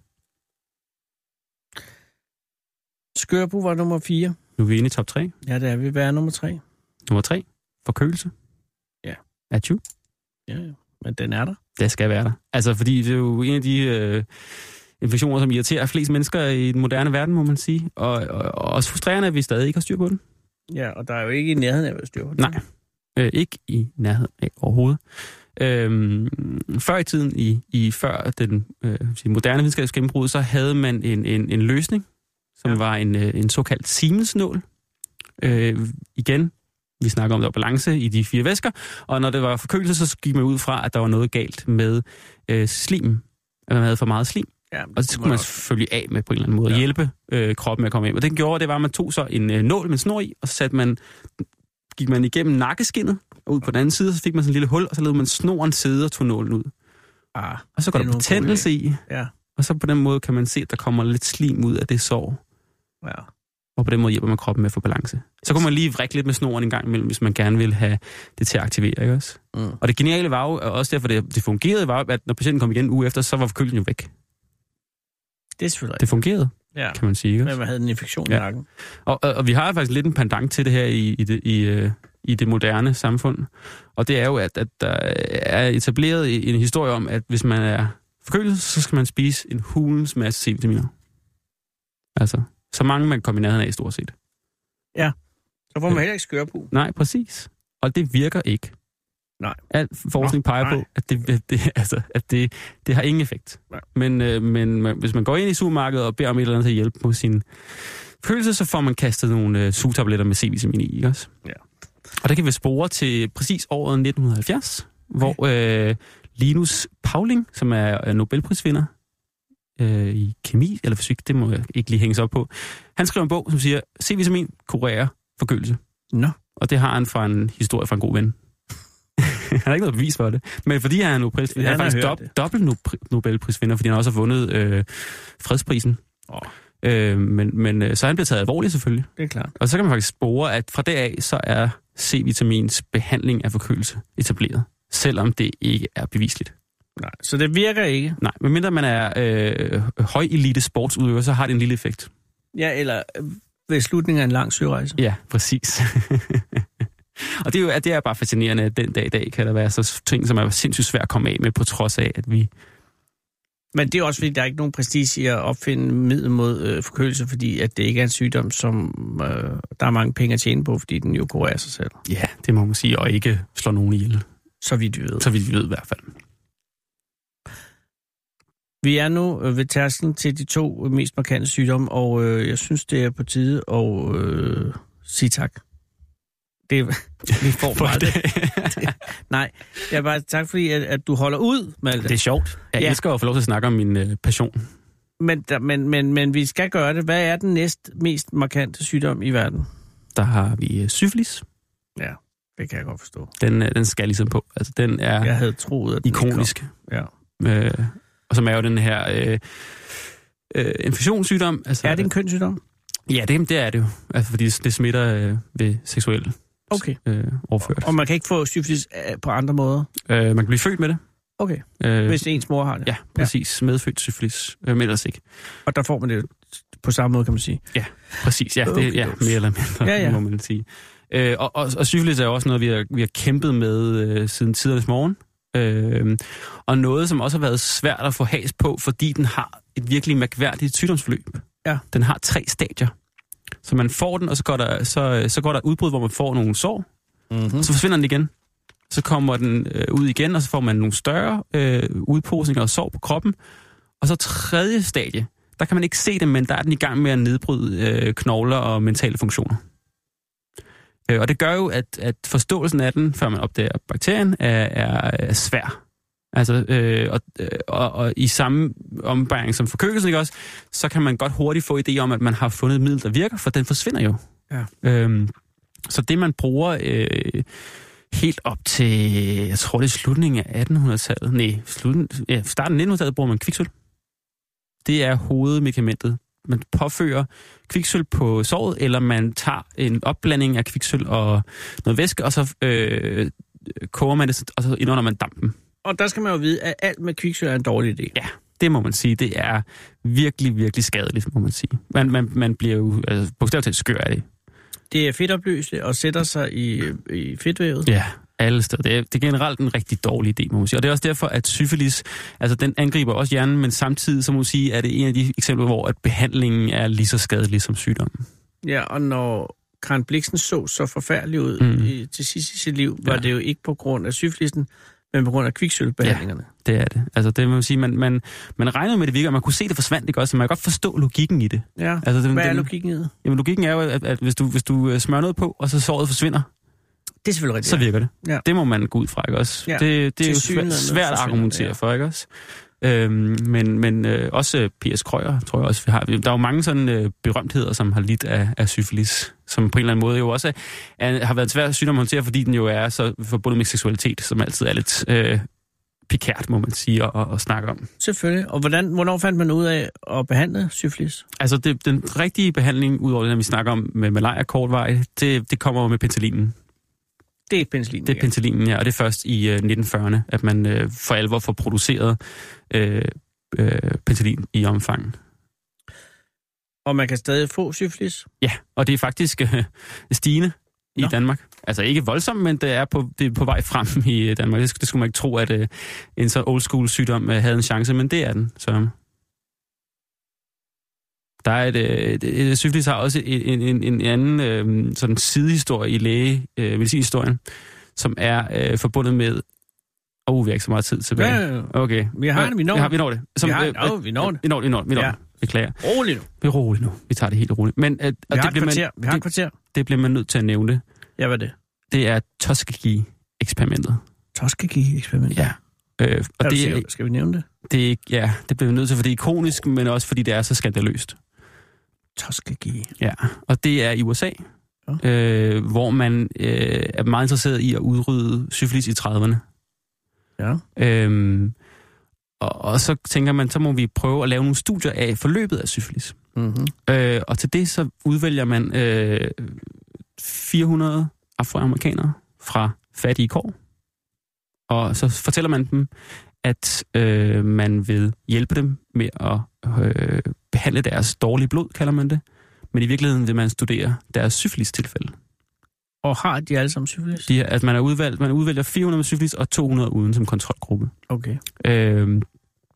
Skørbu var nummer 4. Nu er vi inde i top 3. Ja, det er vi. Hvad er nummer 3? Nummer 3. Forkølelse. Ja. Atju. Ja, men den er der. Det skal være der. Altså, fordi det er jo en af de infektioner, som irriterer flest mennesker i den moderne verden, må man sige. Og også frustrerende, at vi stadig ikke har styr på den. Ja, og der er jo ikke i nærheden af at styr på den. Nej. Ikke i nærheden af overhovedet. Før i tiden, før den moderne videnskabsgennembrud, så havde man en løsning, som var en såkaldt Siemens-nål. Igen, vi snakker om, der var balance i de 4 væsker, og når det var forkølelse, så gik man ud fra, at der var noget galt med slim. At man havde for meget slim. Ja, og det skulle man selvfølgelig af med på en eller anden måde, hjælpe kroppen med at komme ind. Og det gjorde, det var, at man tog så en nål med snor i, og så gik man igennem nakkeskindet, og ud på den anden side, så fik man sådan en lille hul, og så lod man snoren sidde og tog nålen ud. Og så går der betændelse i, og så på den måde kan man se, at der kommer lidt slim ud af det sår. Ja. Og på den måde hjælper man kroppen med at få balance. Så kunne man lige vrikke lidt med snoren en gang imellem, hvis man gerne vil have det til at aktivere, ikke også? Og det geniale var jo, også derfor det fungerede, var, at når patienten kom igen en uge efter, så var forkølelsen jo væk. Det er selvfølgelig. Det fungerede, kan man sige, ikke? Men man havde en infektion i nakken. Og vi har faktisk lidt en pendant til det her i det moderne samfund. Og det er jo, at der er etableret en historie om, at hvis man er forkølet, så skal man spise en hulens masse C-vitaminer. Altså, så mange man kommer i nærheden af stort set. Ja, så får man heller ikke skørbu. Nej, præcis. Og det virker ikke. Nej. Al forskning peger på, at det har ingen effekt. Men hvis man går ind i supermarkedet og beder om et eller andet til hjælp på sin forkølelse, så får man kastet nogle sugetabletter med C-vitamin i, ikke også? Ja. Og der kan vi spore til præcis året 1970, hvor Linus Pauling, som er Nobelprisvinder i kemi eller fysik, det må jeg ikke lige hænges op på, han skriver en bog, som siger, C-vitamin kurerer forkølelse. Nå. Og det har han fra en historie fra en god ven. Han har ikke noget bevis for det. Men fordi han er Nobelprisvinder, han er faktisk dobbelt Nobelprisvinder, fordi han også har vundet fredsprisen. Men så er han blevet taget alvorligt selvfølgelig. Det er klart. Og så kan man faktisk spore, at fra deraf så er C-vitamins behandling af forkølelse etableret, selvom det ikke er bevisligt. Nej, så det virker ikke? Nej, medmindre man er højelite sportsudøver, så har det en lille effekt. Ja, eller ved slutningen af en lang sørejse. Ja, præcis. Og det er bare fascinerende, at den dag i dag kan der være så ting, som er sindssygt svært at komme af med, på trods af, at vi Men det er også fordi, der er ikke nogen prestige i at opfinde middel mod forkølelse, fordi at det ikke er en sygdom, som der er mange penge at tjene på, fordi den jo kurerer sig selv. Ja, det må man sige, og ikke slå nogen ihjel. Så vidt vi ved. Så vidt vi ved i hvert fald. Vi er nu ved tærsklen til de 2 mest markante sygdomme, og jeg synes, det er på tide at sige tak. Vi får meget det. Nej, jeg er bare tak, fordi at du holder ud, Malte. Det er sjovt. Jeg elsker at få lov til at snakke om min passion. Men vi skal gøre det. Hvad er den næst mest markante sygdom i verden? Der har vi syfilis. Ja, det kan jeg godt forstå. Den skal ligesom på. Altså, den er jeg havde troet, at den ikonisk. Ja. Og som er jo den her infektionssygdom. Altså, er det en kønssygdom? Ja, det er det jo. Altså, fordi det smitter ved seksuelle overført. Og man kan ikke få syfilis på andre måder? Man kan blive født med det. Okay, hvis ens mor har det? Ja, præcis. Medfødt syfilis, men ellers ikke. Og der får man det på samme måde, kan man sige? Ja, præcis. Ja, det er mere eller mindre, må man sige. Og syfilis er jo også noget, vi har kæmpet med siden tidernes morgen. Og noget, som også har været svært at få has på, fordi den har et virkelig mærkværdigt sygdomsforløb. Ja. Den har 3 stadier. Så man får den, og så går der et udbrud, hvor man får nogle sår, og så forsvinder den igen. Så kommer den ud igen, og så får man nogle større udposninger og sår på kroppen. Og så 3. stadie, der kan man ikke se det, men der er den i gang med at nedbryde knogler og mentale funktioner. Og det gør jo, at forståelsen af den, før man opdager bakterien, er svær. Altså, og i samme ombæring som forkølelse, ikke også, så kan man godt hurtigt få idé om, at man har fundet et middel, der virker, for den forsvinder jo. Ja. Så det, man bruger helt op til, jeg tror, det er slutningen af 1800-tallet. Nej, starten af 1900-tallet bruger man kviksølv. Det er hovedmedikamentet. Man påfører kviksølv på såret, eller man tager en opblanding af kviksølv og noget væske, og så koger man det, og så indånder man dampen. Og der skal man jo vide, at alt med kviksølv er en dårlig idé. Ja, det må man sige. Det er virkelig, virkelig skadeligt, må man sige. Man bliver jo bogstaveligt talt skør af det. Det er fedtopløseligt og sætter sig i fedtvævet. Ja, alle steder. Det er generelt en rigtig dårlig idé, må man sige. Og det er også derfor, at syfilis, altså den angriber også hjernen, men samtidig, så må man sige, er det en af de eksempler, hvor at behandlingen er lige så skadelig som sygdommen. Ja, og når Karen Blixen så forfærdelig ud til sidst i sit liv, var det jo ikke på grund af syfilisen, men på grund af kviksølvbehandlingerne. Ja, det er det. Altså det må man sige, man regnede med det virker, og man kunne se det forsvandt, ikke også? Så man kan godt forstå logikken i det. Ja, altså, hvad er logikken i det? Jamen logikken er jo, at hvis du smører noget på, og så såret forsvinder, det er selvfølgelig rigtigt. Så virker det. Ja. Det må man gå ud fra, ikke også? Ja. Det er jo svært at argumentere for, ikke også? Men også P.S. Krøyer, tror jeg også, vi har. Der er jo mange sådan berømtheder, som har lidt af syfilis, som på en eller anden måde jo også har været en svær sygdom at håndtere, fordi den jo er så forbundet med seksualitet, som altid er lidt pikært, må man sige, at snakke om. Selvfølgelig. Og hvornår fandt man ud af at behandle syfilis? Altså, den rigtige behandling, udover det, når vi snakker om med malaria kortvej, det kommer med penicillinen. Det er penicillinen, Det er penicillinen, ja, og det er først i 1940'erne, at man for alvor får produceret penicillin i omfang. Og man kan stadig få syfilis? Ja, og det er faktisk stigende i Danmark. Altså ikke voldsomt, men det er på vej frem i Danmark. Det skulle man ikke tro, at en så old school sygdom havde en chance, men det er den. Så der er syfilis har også en anden sådan sidehistorie i medicinhistorien, som er forbundet med... vi har ikke så meget tid tilbage. Ja. Okay. Vi når det. Vi når det. Vi når det. Ja. Beklager. Rolig nu. Vi er roligt nu. Vi tager det helt roligt. Men, vi har et kvarter. Det bliver man nødt til at nævne det. Ja, hvad er det? Det er Tuskegee-eksperimentet. Tuskegee-eksperimentet? Ja. Og skal vi nævne det? Det bliver vi nødt til, for det er ikonisk, men også fordi det er så skandaløst. Tuskegee. Ja, og det er i USA, hvor man er meget interesseret i at udrydde syfilis i 30'erne. Ja. Og så tænker man, så må vi prøve at lave nogle studier af forløbet af syfilis. Mm-hmm. Og til det så udvælger man 400 afroamerikanere fra fattige kår. Og så fortæller man dem, at man vil hjælpe dem med at behandle deres dårlige blod, kalder man det. Men i virkeligheden vil man studere deres syfilis-tilfælde. Og har de alle sammen syfilis? Man udvælger 400 med syfilis og 200 uden som kontrolgruppe. Okay.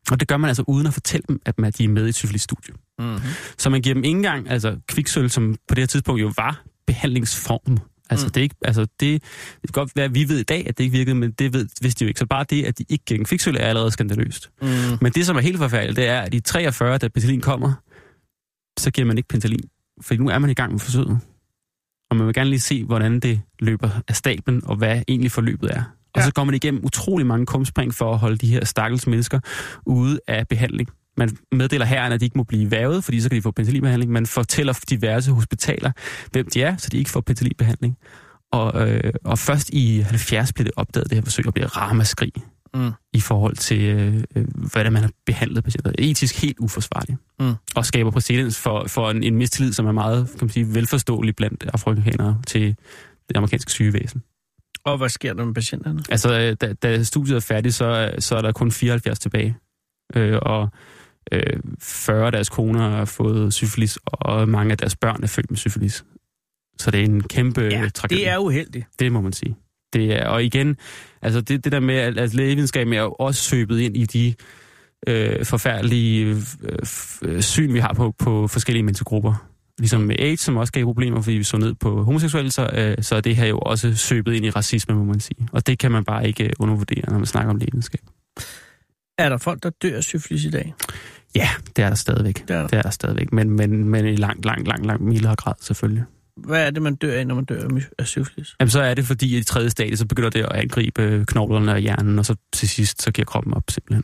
Og det gør man altså uden at fortælle dem, at de er med i et syfilisstudie. Mm-hmm. Så man giver dem ikke engang kviksølv, som på det her tidspunkt jo var behandlingsformen. Altså, det kan godt være, at vi ved i dag, at det ikke virkede, men det vidste de jo ikke. Så bare det, at de ikke giver en kviksølv, er allerede skandaløst. Mm. Men det, som er helt forfærdeligt, det er, at i 43, da penicillin kommer, så giver man ikke penicillin. For nu er man i gang med forsøget. Og man vil gerne lige se, hvordan det løber af stablen, og hvad egentlig forløbet er. Og så går man igennem utrolig mange krumspring for at holde de her stakkels mennesker ude af behandling. Man meddeler herren, at de ikke må blive vævet, fordi så kan de få penicillinbehandling. Man fortæller diverse hospitaler, hvem de er, så de ikke får penicillinbehandling. Og først i 70 blev det opdaget, det her forsøg, og blev ramaskrig i forhold til, hvordan man har behandlet patienter. Etisk helt uforsvarligt. Og skaber præcedens for en mistillid, som er meget, kan man sige, velforståelig blandt afroamerikanere til det amerikanske sygevæsen. Og hvad sker der med patienterne? Altså, da studiet er færdigt, så er der kun 74 tilbage. Og 40 af deres koner har fået syfilis, og mange af deres børn er født med syfilis. Så det er en kæmpe tragedie. Det er uheldigt. Det må man sige. Det er, og igen, altså det der med, at lægevidenskaben er jo også søbet ind i de forfærdelige syn, vi har på forskellige menneskegrupper. Ligesom med AIDS, som også gav problemer, fordi vi så ned på homoseksuelle, så er det her jo også søbet ind i racisme, må man sige. Og det kan man bare ikke undervurdere, når man snakker om lægevidenskab. Er der folk, der dør af syfilis i dag? Ja, det er der stadigvæk. Det er der stadigvæk, men i langt mildere grad selvfølgelig. Hvad er det, man dør af, når man dør af syfilis? Jamen, så er det, fordi i det tredje stadie, så begynder det at angribe knoglerne og hjernen, og så til sidst, så giver kroppen op simpelthen.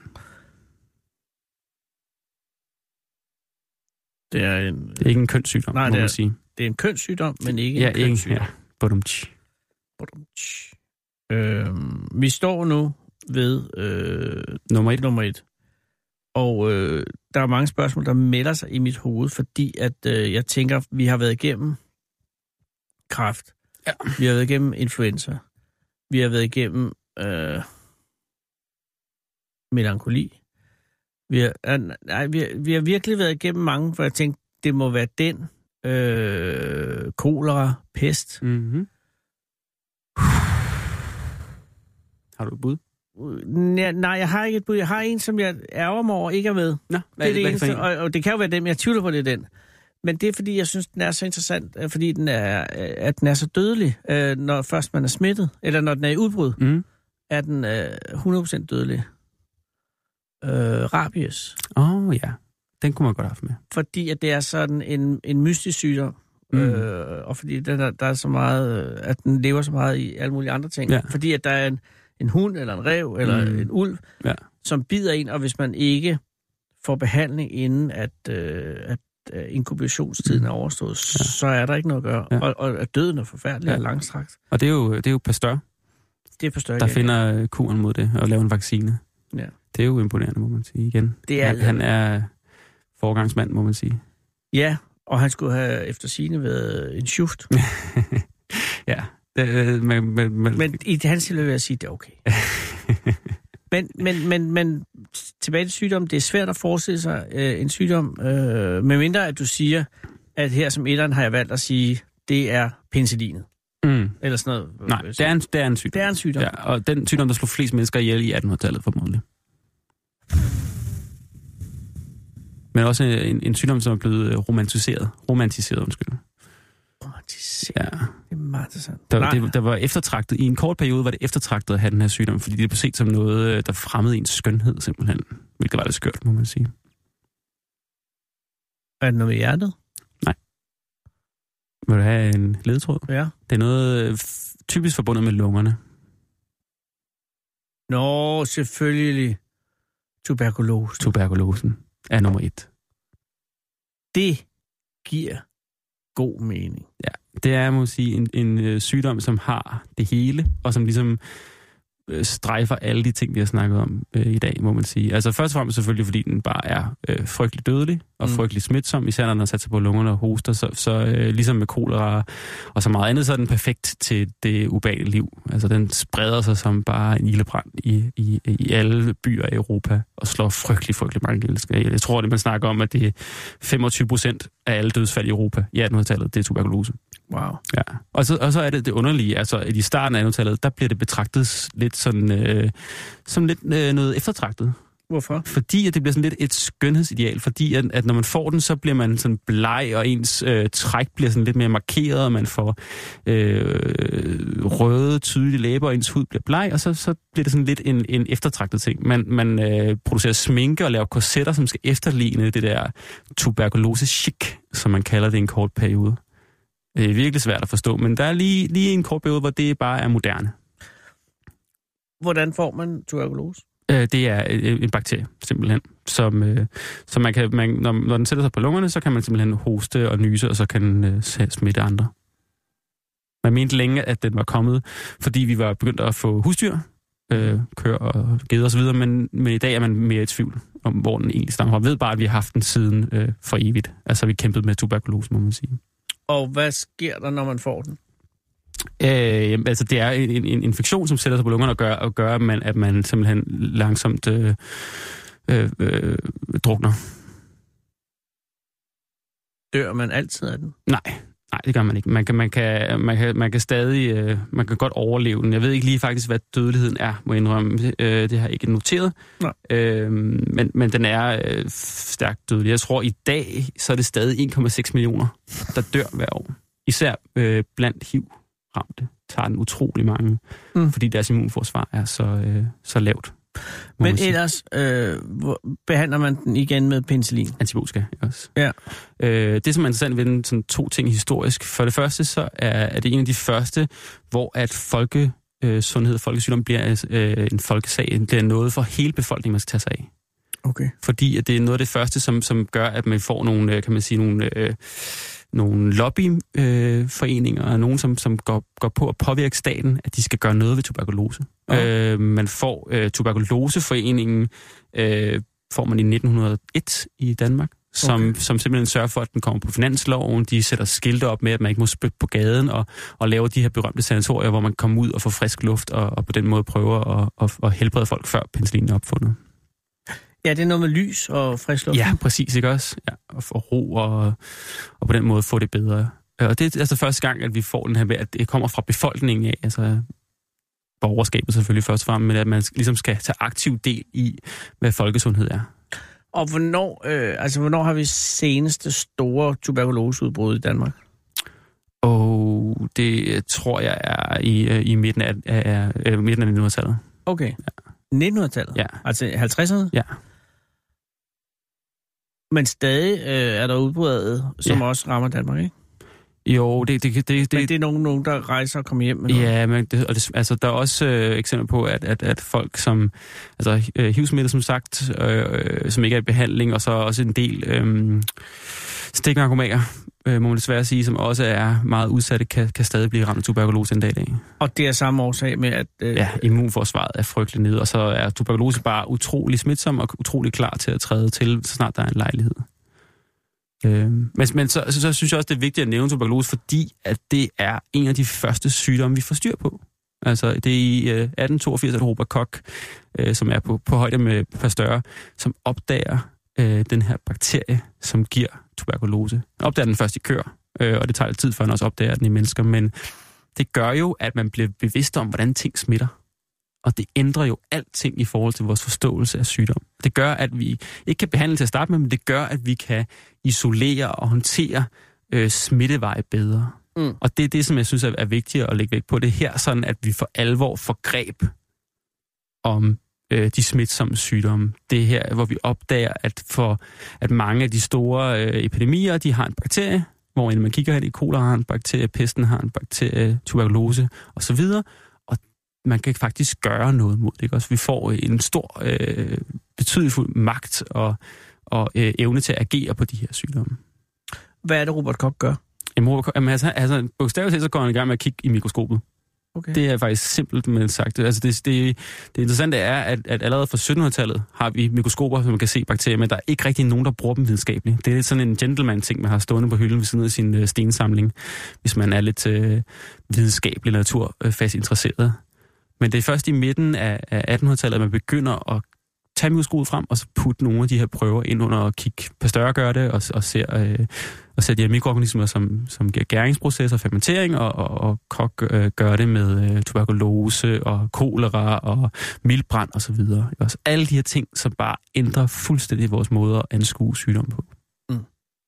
Det er ikke en kønssygdom, må man sige. Det er en kønssygdom, men ikke en kønssygdom. Vi står nu ved nummer 1. Og der er mange spørgsmål, der melder sig i mit hoved, fordi at jeg tænker, vi har været igennem kræft. Ja. Vi har været igennem influenza. Vi har været igennem melankoli. Vi har virkelig været igennem mange, for jeg tænkte, det må være den. Kolera, pest. Mm-hmm. Har du et bud? Nej, jeg har ikke et bud. Jeg har en, som jeg ærger mig over ikke er med. Nå, det er det eneste, og det kan jo være dem. Jeg tvivler på, det er den. Men det er, fordi jeg synes, den er så interessant, fordi at den er så dødelig, når først man er smittet, eller når den er i udbrud, er den 100% dødelig. Rabies. Ja. Den kunne man godt have haft med. Fordi at det er sådan en mystisk sygdom, og fordi der er så meget, at den lever så meget i alle mulige andre ting. Ja. Fordi at der er en hund, eller en ræv, eller en ulv, som bider en, og hvis man ikke får behandling inden, at inkubationstiden er overstået, så er der ikke noget at gøre. Ja. Og døden er forfærdelig og langstrakt. Og det er jo Pasteur, der finder kuren mod det, og laver en vaccine. Ja. Det er jo imponerende, må man sige igen. Han er foregangsmand, må man sige. Ja, og han skulle have efter sigende været en schuft. Ja. Men i hans tilfælde vil jeg sige, at det er okay. men tilbage til sygdom, det er svært at forestille sig en sygdom, medmindre at du siger, at her som etteren har jeg valgt at sige, det er penicillinet. Eller sådan noget. Nej, det er en sygdom. Det er en sygdom. Ja, og den sygdom, der slog flest mennesker ihjel i 1800-tallet formodentlig. Men også en sygdom, som er blevet romantiseret. Romantiseret. Ja. Det er meget interessant. Der var eftertragtet, i en kort periode var det eftertragtet at have den her sygdom, fordi det blev set som noget, der fremmede ens skønhed simpelthen. Hvilket var lidt skørt, må man sige. Er det noget med hjertet? Nej. Vil du have en ledetråd? Ja. Det er noget typisk forbundet med lungerne. Nå, selvfølgelig. Tuberkulosen er nummer 1. Det giver god mening. Ja, det er, må man sige, en sygdom, som har det hele, og som ligesom strejfer alle de ting, vi har snakket om i dag, må man sige. Altså først og fremmest selvfølgelig, fordi den bare er frygtelig dødelig og frygtelig smitsom, især når den har sat sig på lungerne og hoster, så ligesom med kolera og så meget andet, så er den perfekt til det ubehagelige liv. Altså den spreder sig som bare en ildebrand i alle byer i Europa og slår frygtelig mange mennesker. Jeg tror, det man snakker om, at det er 25% af alle dødsfald i Europa i 1800-tallet, det er tuberkulose. Wow. Ja. Og så er det underlige, altså i starten af 1800-tallet, der bliver det betragtet lidt sådan, som lidt noget eftertragtet. Hvorfor? Fordi at det bliver sådan lidt et skønhedsideal. Fordi at når man får den, så bliver man sådan bleg, og ens træk bliver sådan lidt mere markeret, og man får røde, tydelige læber, og ens hud bliver bleg, og så bliver det sådan lidt en eftertragtet ting. Man producerer sminke og laver korsetter, som skal efterligne det der tuberkulose-chic, som man kalder det i en kort periode. Det er virkelig svært at forstå, men der er lige en kort periode, hvor det bare er moderne. Hvordan får man tuberkulose? Det er en bakterie, simpelthen. Som man kan, når den sætter sig på lungerne, så kan man simpelthen hoste og nyse, og så kan den smitte andre. Man mente længe, at den var kommet, fordi vi var begyndt at få husdyr, køer og geder osv., men i dag er man mere i tvivl om, hvor den egentlig stammer fra. Man ved bare, at vi har haft den siden for evigt. Altså, vi kæmpede med tuberkulose, må man sige. Og hvad sker der, når man får den? Altså, det er en infektion, som sætter sig på lungerne og gør at man simpelthen langsomt drukner. Dør man altid af den? Nej, det gør man ikke. Man kan stadig, man kan godt overleve den. Jeg ved ikke lige faktisk, hvad dødeligheden er, må jeg indrømme. Det har jeg ikke noteret. Men den er stærkt dødelig. Jeg tror, i dag, så er det stadig 1,6 millioner, der dør hver år. Især blandt HIV-ramte tager den utrolig mange, fordi deres immunforsvar er så lavt. Men ellers behandler man den igen med penicillin? Antibiotika, også. Ja. Det, som er interessant ved den, sådan to ting historisk. For det første, så er det en af de første, hvor at folkesundhed og folkesygdom bliver en folkesag. Det bliver noget for hele befolkningen, man skal tage sig af. Okay. Fordi at det er noget af det første, som gør, at man får nogle, kan man sige, nogle lobbyforeninger, og nogen, som går på at påvirke staten, at de skal gøre noget ved tuberkulose. Okay. Man får tuberkuloseforeningen, får man i 1901 i Danmark, som simpelthen sørger for, at den kommer på finansloven. De sætter skilte op med, at man ikke må spytte på gaden, og laver de her berømte sanatorier, hvor man kommer ud og får frisk luft, og på den måde prøver at helbrede folk, før penicillin er opfundet. Ja, det er noget med lys og frisk luft. Ja, præcis, ikke også? Ja, og få ro og på den måde få det bedre. Og det er altså første gang, at vi får den her ved, at det kommer fra befolkningen af, altså borgerskabet selvfølgelig først og fremmest, men at man ligesom skal tage aktiv del i, hvad folkesundhed er. Og hvornår har vi seneste store tuberkuloseudbrud i Danmark? Og det tror jeg er i midten af 1900-tallet. Okay. Ja. 1900-tallet? Ja. Altså 50'erne? Ja. Men stadig er der udbrud, som også rammer Danmark, ikke? Jo, men det er nogen, der rejser og kommer hjem med noget. Ja, men altså, der er også eksempler på, at folk som HIV-smitte, som sagt, som ikke er i behandling, og så også en del stiknarkomaner, må man desværre sige, som også er meget udsatte, kan stadig blive ramt af tuberkulose en dag i dag. Og det er samme årsag med, at immunforsvaret er frygtelig nede, og så er tuberkulose bare utrolig smitsom og utrolig klar til at træde til, så snart der er en lejlighed. Men så synes jeg også, det er vigtigt at nævne tuberkulose, fordi at det er en af de første sygdomme, vi får styr på. Altså, det er i 1882, at Robert Koch, som er på højde med Pasteur, som opdager den her bakterie, som giver tuberkulose. Han opdager den først i køer, og det tager lidt tid, før han også opdager den i mennesker, men det gør jo, at man bliver bevidst om, hvordan ting smitter. Og det ændrer jo alting i forhold til vores forståelse af sygdom. Det gør, at vi ikke kan behandle til at starte med, men det gør, at vi kan isolere og håndtere smitteveje bedre. Og det er det, som jeg synes er vigtigt at lægge vægt på. Det her, sådan at vi for alvor får greb om de smitsomme sygdomme. Det er her, hvor vi opdager, at mange af de store epidemier, de har en bakterie, hvor man kigger hen i kolera har en bakterie, pesten har en bakterie, tuberkulose osv., og man kan faktisk gøre noget mod det. Ikke? Også vi får en stor, betydningsfuld magt og evne til at agere på de her sygdomme. Hvad er det, Robert Koch gør? Altså, bogstaveligt set, så går han i gang med at kigge i mikroskopet. Okay. Det er faktisk simpelt, men sagt. Altså, det interessante er, at allerede fra 1700-tallet har vi mikroskoper, som man kan se bakterier, men der er ikke rigtig nogen, der bruger dem videnskabeligt. Det er sådan en gentleman-ting, man har stående på hylden ved siden af sin stensamling, hvis man er lidt videnskabelig naturfast interesseret. Men det er først i midten af 1800-tallet, at man begynder at tage mikroskopet frem, og så putte nogle af de her prøver ind under og kigge Pasteur gøre det, og ser de her mikroorganismer, som giver gæringsprocesser, fermentering, og Koch gør det med tuberkulose og kolera og mildbrand og så videre. Også alle de her ting, som bare ændrer fuldstændig vores måde at anskue sygdom på. Mm.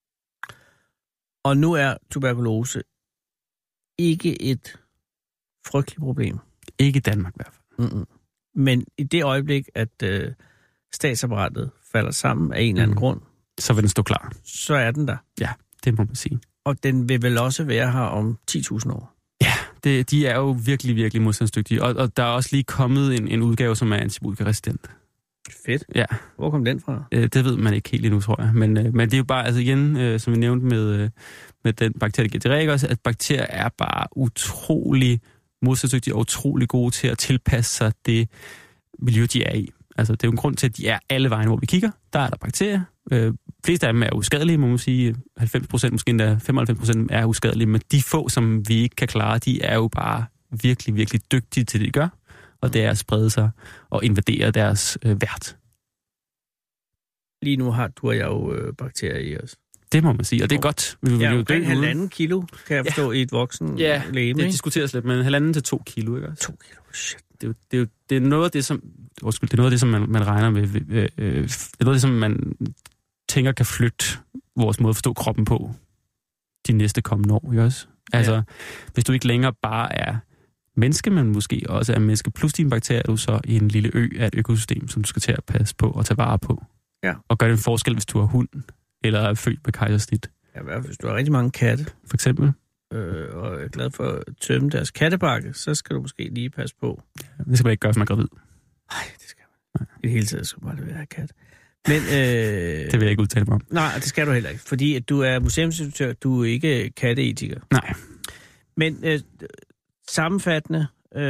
Og nu er tuberkulose ikke et frygteligt problem. Ikke i Danmark i hvert fald. Mm-mm. Men i det øjeblik, at statsapparatet falder sammen af en eller anden grund, så vil den stå klar. Så er den der. Ja, det må man sige. Og den vil vel også være her om 10.000 år. Ja, de er jo virkelig, virkelig modstandsdygtige. Og der er også lige kommet en udgave, som er antibiotikaresistent. Fedt. Ja. Hvor kom den fra? Det ved man ikke helt endnu, tror jeg. Men det er jo bare, altså igen, som vi nævnte med den bakterie, der giver også, at bakterier er bare utrolig modstandsdygtige og utrolig gode til at tilpasse sig det miljø, de er i. Altså, det er jo en grund til, at de er alle vegne, hvor vi kigger. Der er der bakterier. Flest af dem er uskadelige, må man sige. 90%, måske endda 95% er uskadelige. Men de få, som vi ikke kan klare, de er jo bare virkelig, virkelig dygtige til det, de gør. Og det er at sprede sig og invadere deres vært. Lige nu har du og jeg jo bakterier i os. Det må man sige, og det er godt. Vi ja, omkring 1,5 kilo, kan jeg forstå, i et voksen læge. Ja, det diskuteres lidt, men 1,5 til 2 kilo, ikke også? 2 kilo, shit. Det er noget af det, som... Undskyld, det er noget af det, som man regner med. Det er noget af det, som man tænker kan flytte vores måde at forstå kroppen på de næste kommende år, ikke også? Altså, hvis du ikke længere bare er menneske, men måske også er menneske plus dine bakterier, er du så i en lille ø af et økosystem, som du skal til at passe på og tage vare på. Ja. Og gør det en forskel, hvis du har hund, eller er født med kejsersnit. Ja, hvis du har rigtig mange katte. For eksempel. Og er glad for at tømme deres kattebakke, så skal du måske lige passe på. Ja, det skal man ikke gøre, hvis man er gravid. Nej, det skal man. I det hele taget skal man bare være kat. Men, det vil jeg ikke udtale mig om. Nej, det skal du heller ikke, fordi at du er museumsinstruktør, du er ikke katteetiker. Nej. Men sammenfattende,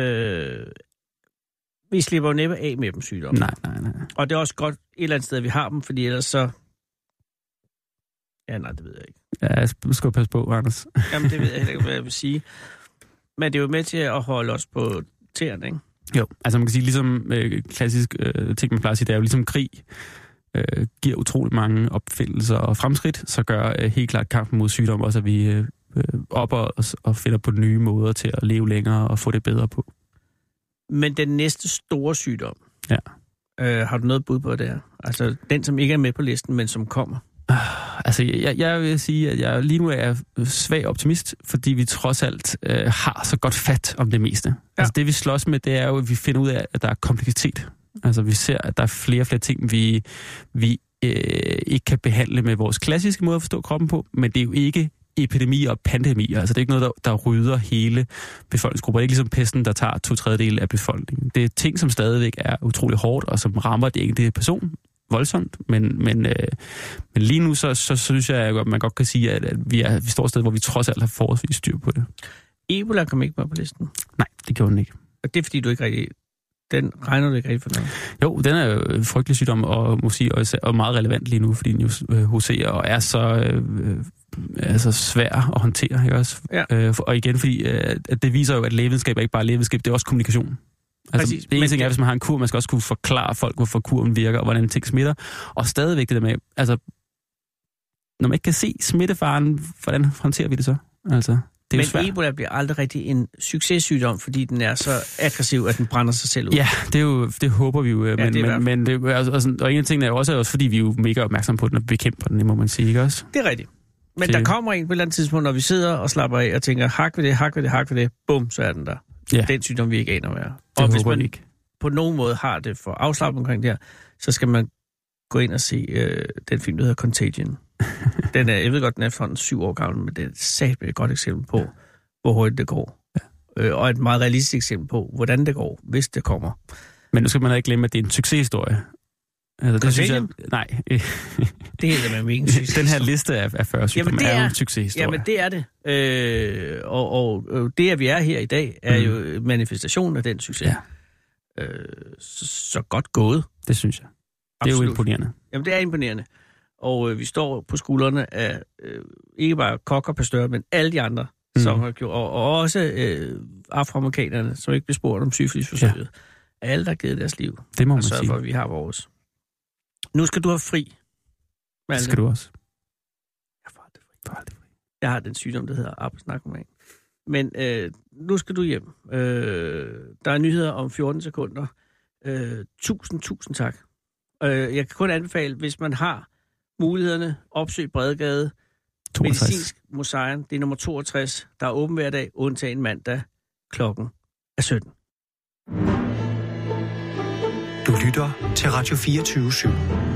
vi slipper jo næppe af med dem sygdomme. Nej. Og det er også godt et eller andet sted, at vi har dem, fordi ellers så... Ja, nej, det ved jeg ikke. Ja, jeg skal passe på, Anders. Jamen, det ved jeg heller ikke, hvad jeg vil sige. Men det er jo med til at holde os på tæerne, ikke? Jo, altså man kan sige, ligesom klassisk ting, man plejer at sige, det er jo ligesom krig giver utrolig mange opfindelser og fremskridt, så gør helt klart kampen mod sygdom også, at vi opper os og finder på nye måder til at leve længere og få det bedre på. Men den næste store sygdom, har du noget bud på det her? Altså den, som ikke er med på listen, men som kommer? Altså, jeg vil sige, at jeg lige nu er svag optimist, fordi vi trods alt har så godt fat om det meste. Ja. Altså det, vi slås med, det er jo, at vi finder ud af, at der er kompleksitet. Altså vi ser, at der er flere og flere ting, vi ikke kan behandle med vores klassiske måde at forstå kroppen på, men det er jo ikke epidemier og pandemier. Altså det er ikke noget, der rydder hele befolkningsgrupper. Det er ikke ligesom pesten, der tager 2/3 af befolkningen. Det er ting, som stadigvæk er utrolig hårdt, og som rammer det enkelte person voldsomt, men lige nu så synes jeg, at man godt kan sige, at vi står et sted, hvor vi trods alt har forholdsvis styr på det. Ebola kom ikke med på listen? Nej, det gjorde den ikke. Og det er fordi, du ikke rigtig... Den regner du ikke rigtig for noget? Jo, den er jo en frygtelig sygdom, og må sige, og meget relevant lige nu, fordi den jo huserer og er så svær at håndtere, ikke også? Ja. Og igen, fordi at det viser jo, at lægevidenskab er ikke bare lægevidenskab, det er også kommunikation. Altså, det ene ting er, hvis man har en kur, man skal også kunne forklare folk, hvorfor kuren virker, og hvordan ting smitter. Og stadigvæk det der med, altså, når man ikke kan se smittefaren, hvordan håndterer vi det så? Altså, det er men Ebola bliver aldrig rigtig en successygdom, fordi den er så aggressiv, at den brænder sig selv ud. Ja, det håber vi jo. Men det, altså, og en af tingene er jo også fordi vi er jo mega opmærksomme på den og bekæmper den, må man sige, ikke også? Det er rigtigt. Men der kommer en på et eller andet tidspunkt, når vi sidder og slapper af og tænker, hak ved det, bum, så er den der. Ja. Den sygdom, vi ikke aner, hvad er. Og hvis man ikke på nogen måde har det for afslappet omkring det her, så skal man gå ind og se den film, der hedder Contagion. Jeg ved godt, den er fra 7 år gammel, men det er et godt eksempel på, hvor hurtigt det går. Ja. Og et meget realistisk eksempel på, hvordan det går, hvis det kommer. Men nu skal man ikke glemme, at det er en succeshistorie. Altså, det synes jeg... Nej. Det er med min succes. Den her liste af 40 sygdomme er jo en succeshistorie. Jamen, det er det. Og det, at vi er her i dag, er jo manifestationen af den succes. Ja. Så godt gået. Det synes jeg. Det er jo imponerende. Jamen, det er imponerende. Og vi står på skuldrene af ikke bare Koch og Pasteur, men alle de andre, som har gjort, og også afroamerikanerne, som ikke blev spurgt om syfilisforsøget. Ja. Alle, der har givet deres liv. Det må man sige. For, at vi har vores. Nu skal du have fri. Det skal du også. Jeg får aldrig fri. Jeg har den sygdom, der hedder arbejdsnarkoman. Men nu skal du hjem. Der er nyheder om 14 sekunder. Tusind tak. Jeg kan kun anbefale, hvis man har mulighederne, opsøg Bredegade, 62. Medicinsk Museum. Det er nummer 62. Der er åben hver dag, undtagen mandag, klokken er 17. Du lytter til Radio 24/7.